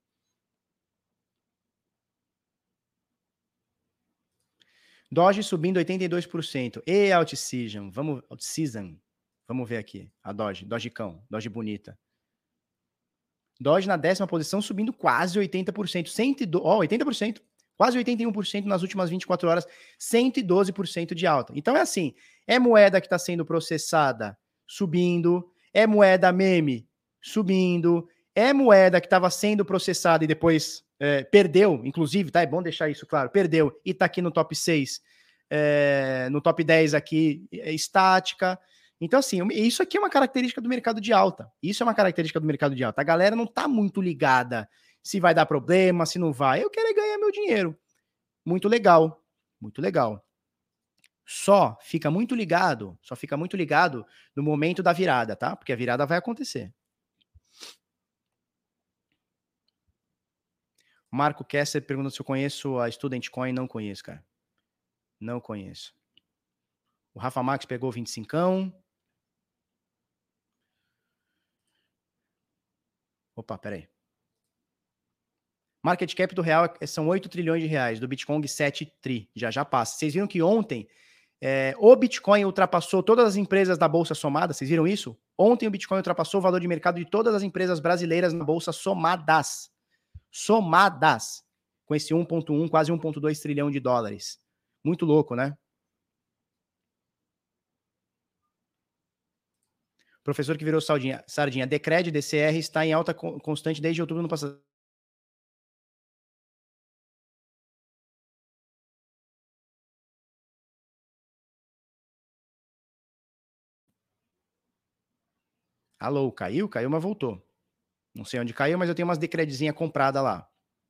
A: Doge subindo 82%. E Alt-Season, vamos ver aqui, a Dogecão, Doge bonita. Doge na 10ª posição, subindo quase 80%. 80%. Quase 81% nas últimas 24 horas, 112% de alta. Então é assim, é moeda que está sendo processada subindo, é moeda meme subindo, é moeda que estava sendo processada e depois perdeu, inclusive, tá? É bom deixar isso claro, perdeu e está aqui no top 6, no top 10 aqui, estática. Então, assim, isso aqui é uma característica do mercado de alta. Isso é uma característica do mercado de alta. A galera não tá muito ligada se vai dar problema, se não vai. Eu quero ganhar meu dinheiro. Muito legal. Muito legal. Só fica muito ligado no momento da virada, tá? Porque a virada vai acontecer. Marco Kessler pergunta se eu conheço a Student Coin. Não conheço, cara. Não conheço. O Rafa Max pegou 25. Opa, peraí. Market cap do real são 8 trilhões de reais, do Bitcoin 7 tri, já passa. Vocês viram que ontem o Bitcoin ultrapassou todas as empresas da Bolsa somada, vocês viram isso? Ontem o Bitcoin ultrapassou o valor de mercado de todas as empresas brasileiras na Bolsa somadas. Somadas. Com esse 1,1, quase 1,2 trilhão de dólares. Muito louco, né? Professor que virou sardinha. Decred DCR está em alta constante desde outubro do ano passado. Alô, caiu? Caiu, mas voltou. Não sei onde caiu, mas eu tenho umas decredzinhas compradas lá.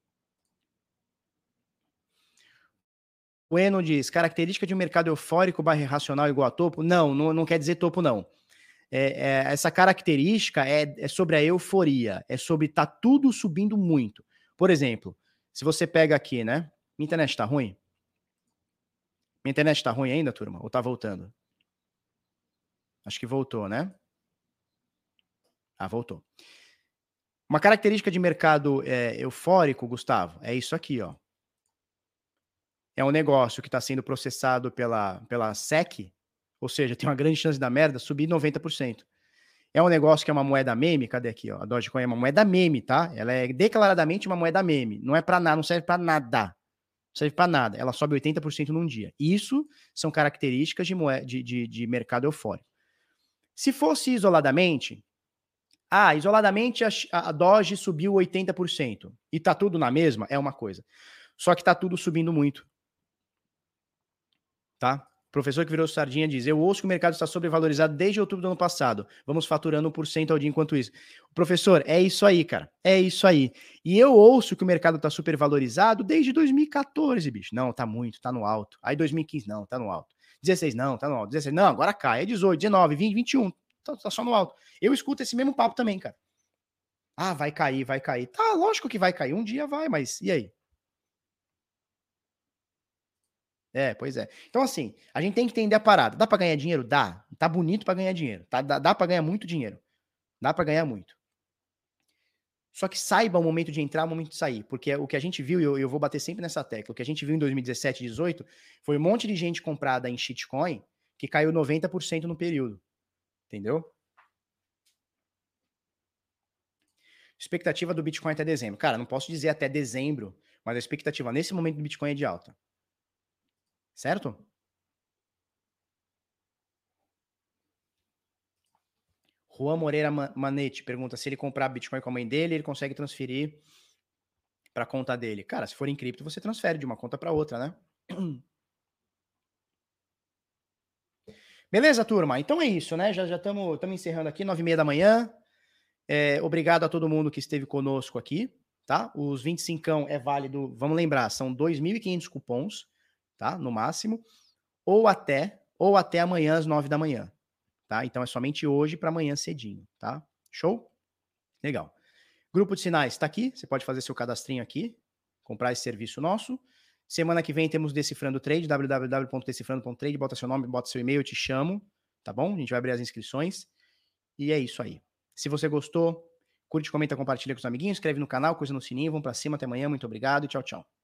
A: O Eno diz, característica de um mercado eufórico / irracional igual a topo? Não quer dizer topo, não. Essa característica é sobre a euforia, é sobre tá tudo subindo muito. Por exemplo, se você pega aqui, né? Minha internet tá ruim? Minha internet tá ruim ainda, turma? Ou tá voltando? Acho que voltou, né? Ah, voltou. Uma característica de mercado eufórico, Gustavo, é isso aqui, ó. É um negócio que está sendo processado pela SEC, ou seja, tem uma grande chance da merda subir 90%. É um negócio que é uma moeda meme, cadê aqui, ó? A Dogecoin é uma moeda meme, tá? Ela é declaradamente uma moeda meme. Não é para nada, não serve para nada. Não serve para nada. Ela sobe 80% num dia. Isso são características de mercado eufórico. Se fosse isoladamente, isoladamente a Doge subiu 80% e tá tudo na mesma, é uma coisa. Só que tá tudo subindo muito. Tá? O professor que virou sardinha diz, eu ouço que o mercado está sobrevalorizado desde outubro do ano passado. Vamos faturando 1% ao dia enquanto isso. Professor, é isso aí, cara. É isso aí. E eu ouço que o mercado está supervalorizado desde 2014, bicho. Não, tá muito, tá no alto. Aí 2015, não, tá no alto. 16, não, tá no alto. 16, não, agora cai. É 18, 19, 20, 21. Tá só no alto. Eu escuto esse mesmo papo também, cara. Ah, vai cair, vai cair. Tá, lógico que vai cair. Um dia vai, mas e aí? Pois é. Então, assim, a gente tem que entender a parada. Dá pra ganhar dinheiro? Dá. Tá bonito pra ganhar dinheiro. Tá, dá pra ganhar muito dinheiro. Dá pra ganhar muito. Só que saiba o momento de entrar, o momento de sair. Porque o que a gente viu, e eu vou bater sempre nessa tecla, o que a gente viu em 2017 e 2018 foi um monte de gente comprada em shitcoin que caiu 90% no período. Entendeu? Expectativa do Bitcoin até dezembro. Cara, não posso dizer até dezembro, mas a expectativa nesse momento do Bitcoin é de alta. Certo? Juan Moreira Manete pergunta se ele comprar Bitcoin com a mãe dele, ele consegue transferir para a conta dele. Cara, se for em cripto, você transfere de uma conta para outra, né? Beleza, turma? Então é isso, né? Já estamos encerrando aqui, 9h30 da manhã. Obrigado a todo mundo que esteve conosco aqui, tá? Os 25 é válido, vamos lembrar, são 2.500 cupons, tá? No máximo, ou até amanhã às 9 da manhã, tá? Então é somente hoje para amanhã cedinho, tá? Show? Legal. Grupo de sinais está aqui, você pode fazer seu cadastrinho aqui, comprar esse serviço nosso. Semana que vem temos Decifrando Trade, www.decifrando.trade, bota seu nome, bota seu e-mail, eu te chamo, tá bom? A gente vai abrir as inscrições. E é isso aí. Se você gostou, curte, comenta, compartilha com os amiguinhos, inscreve no canal, coisa no sininho, vamos pra cima, até amanhã, muito obrigado e tchau, tchau.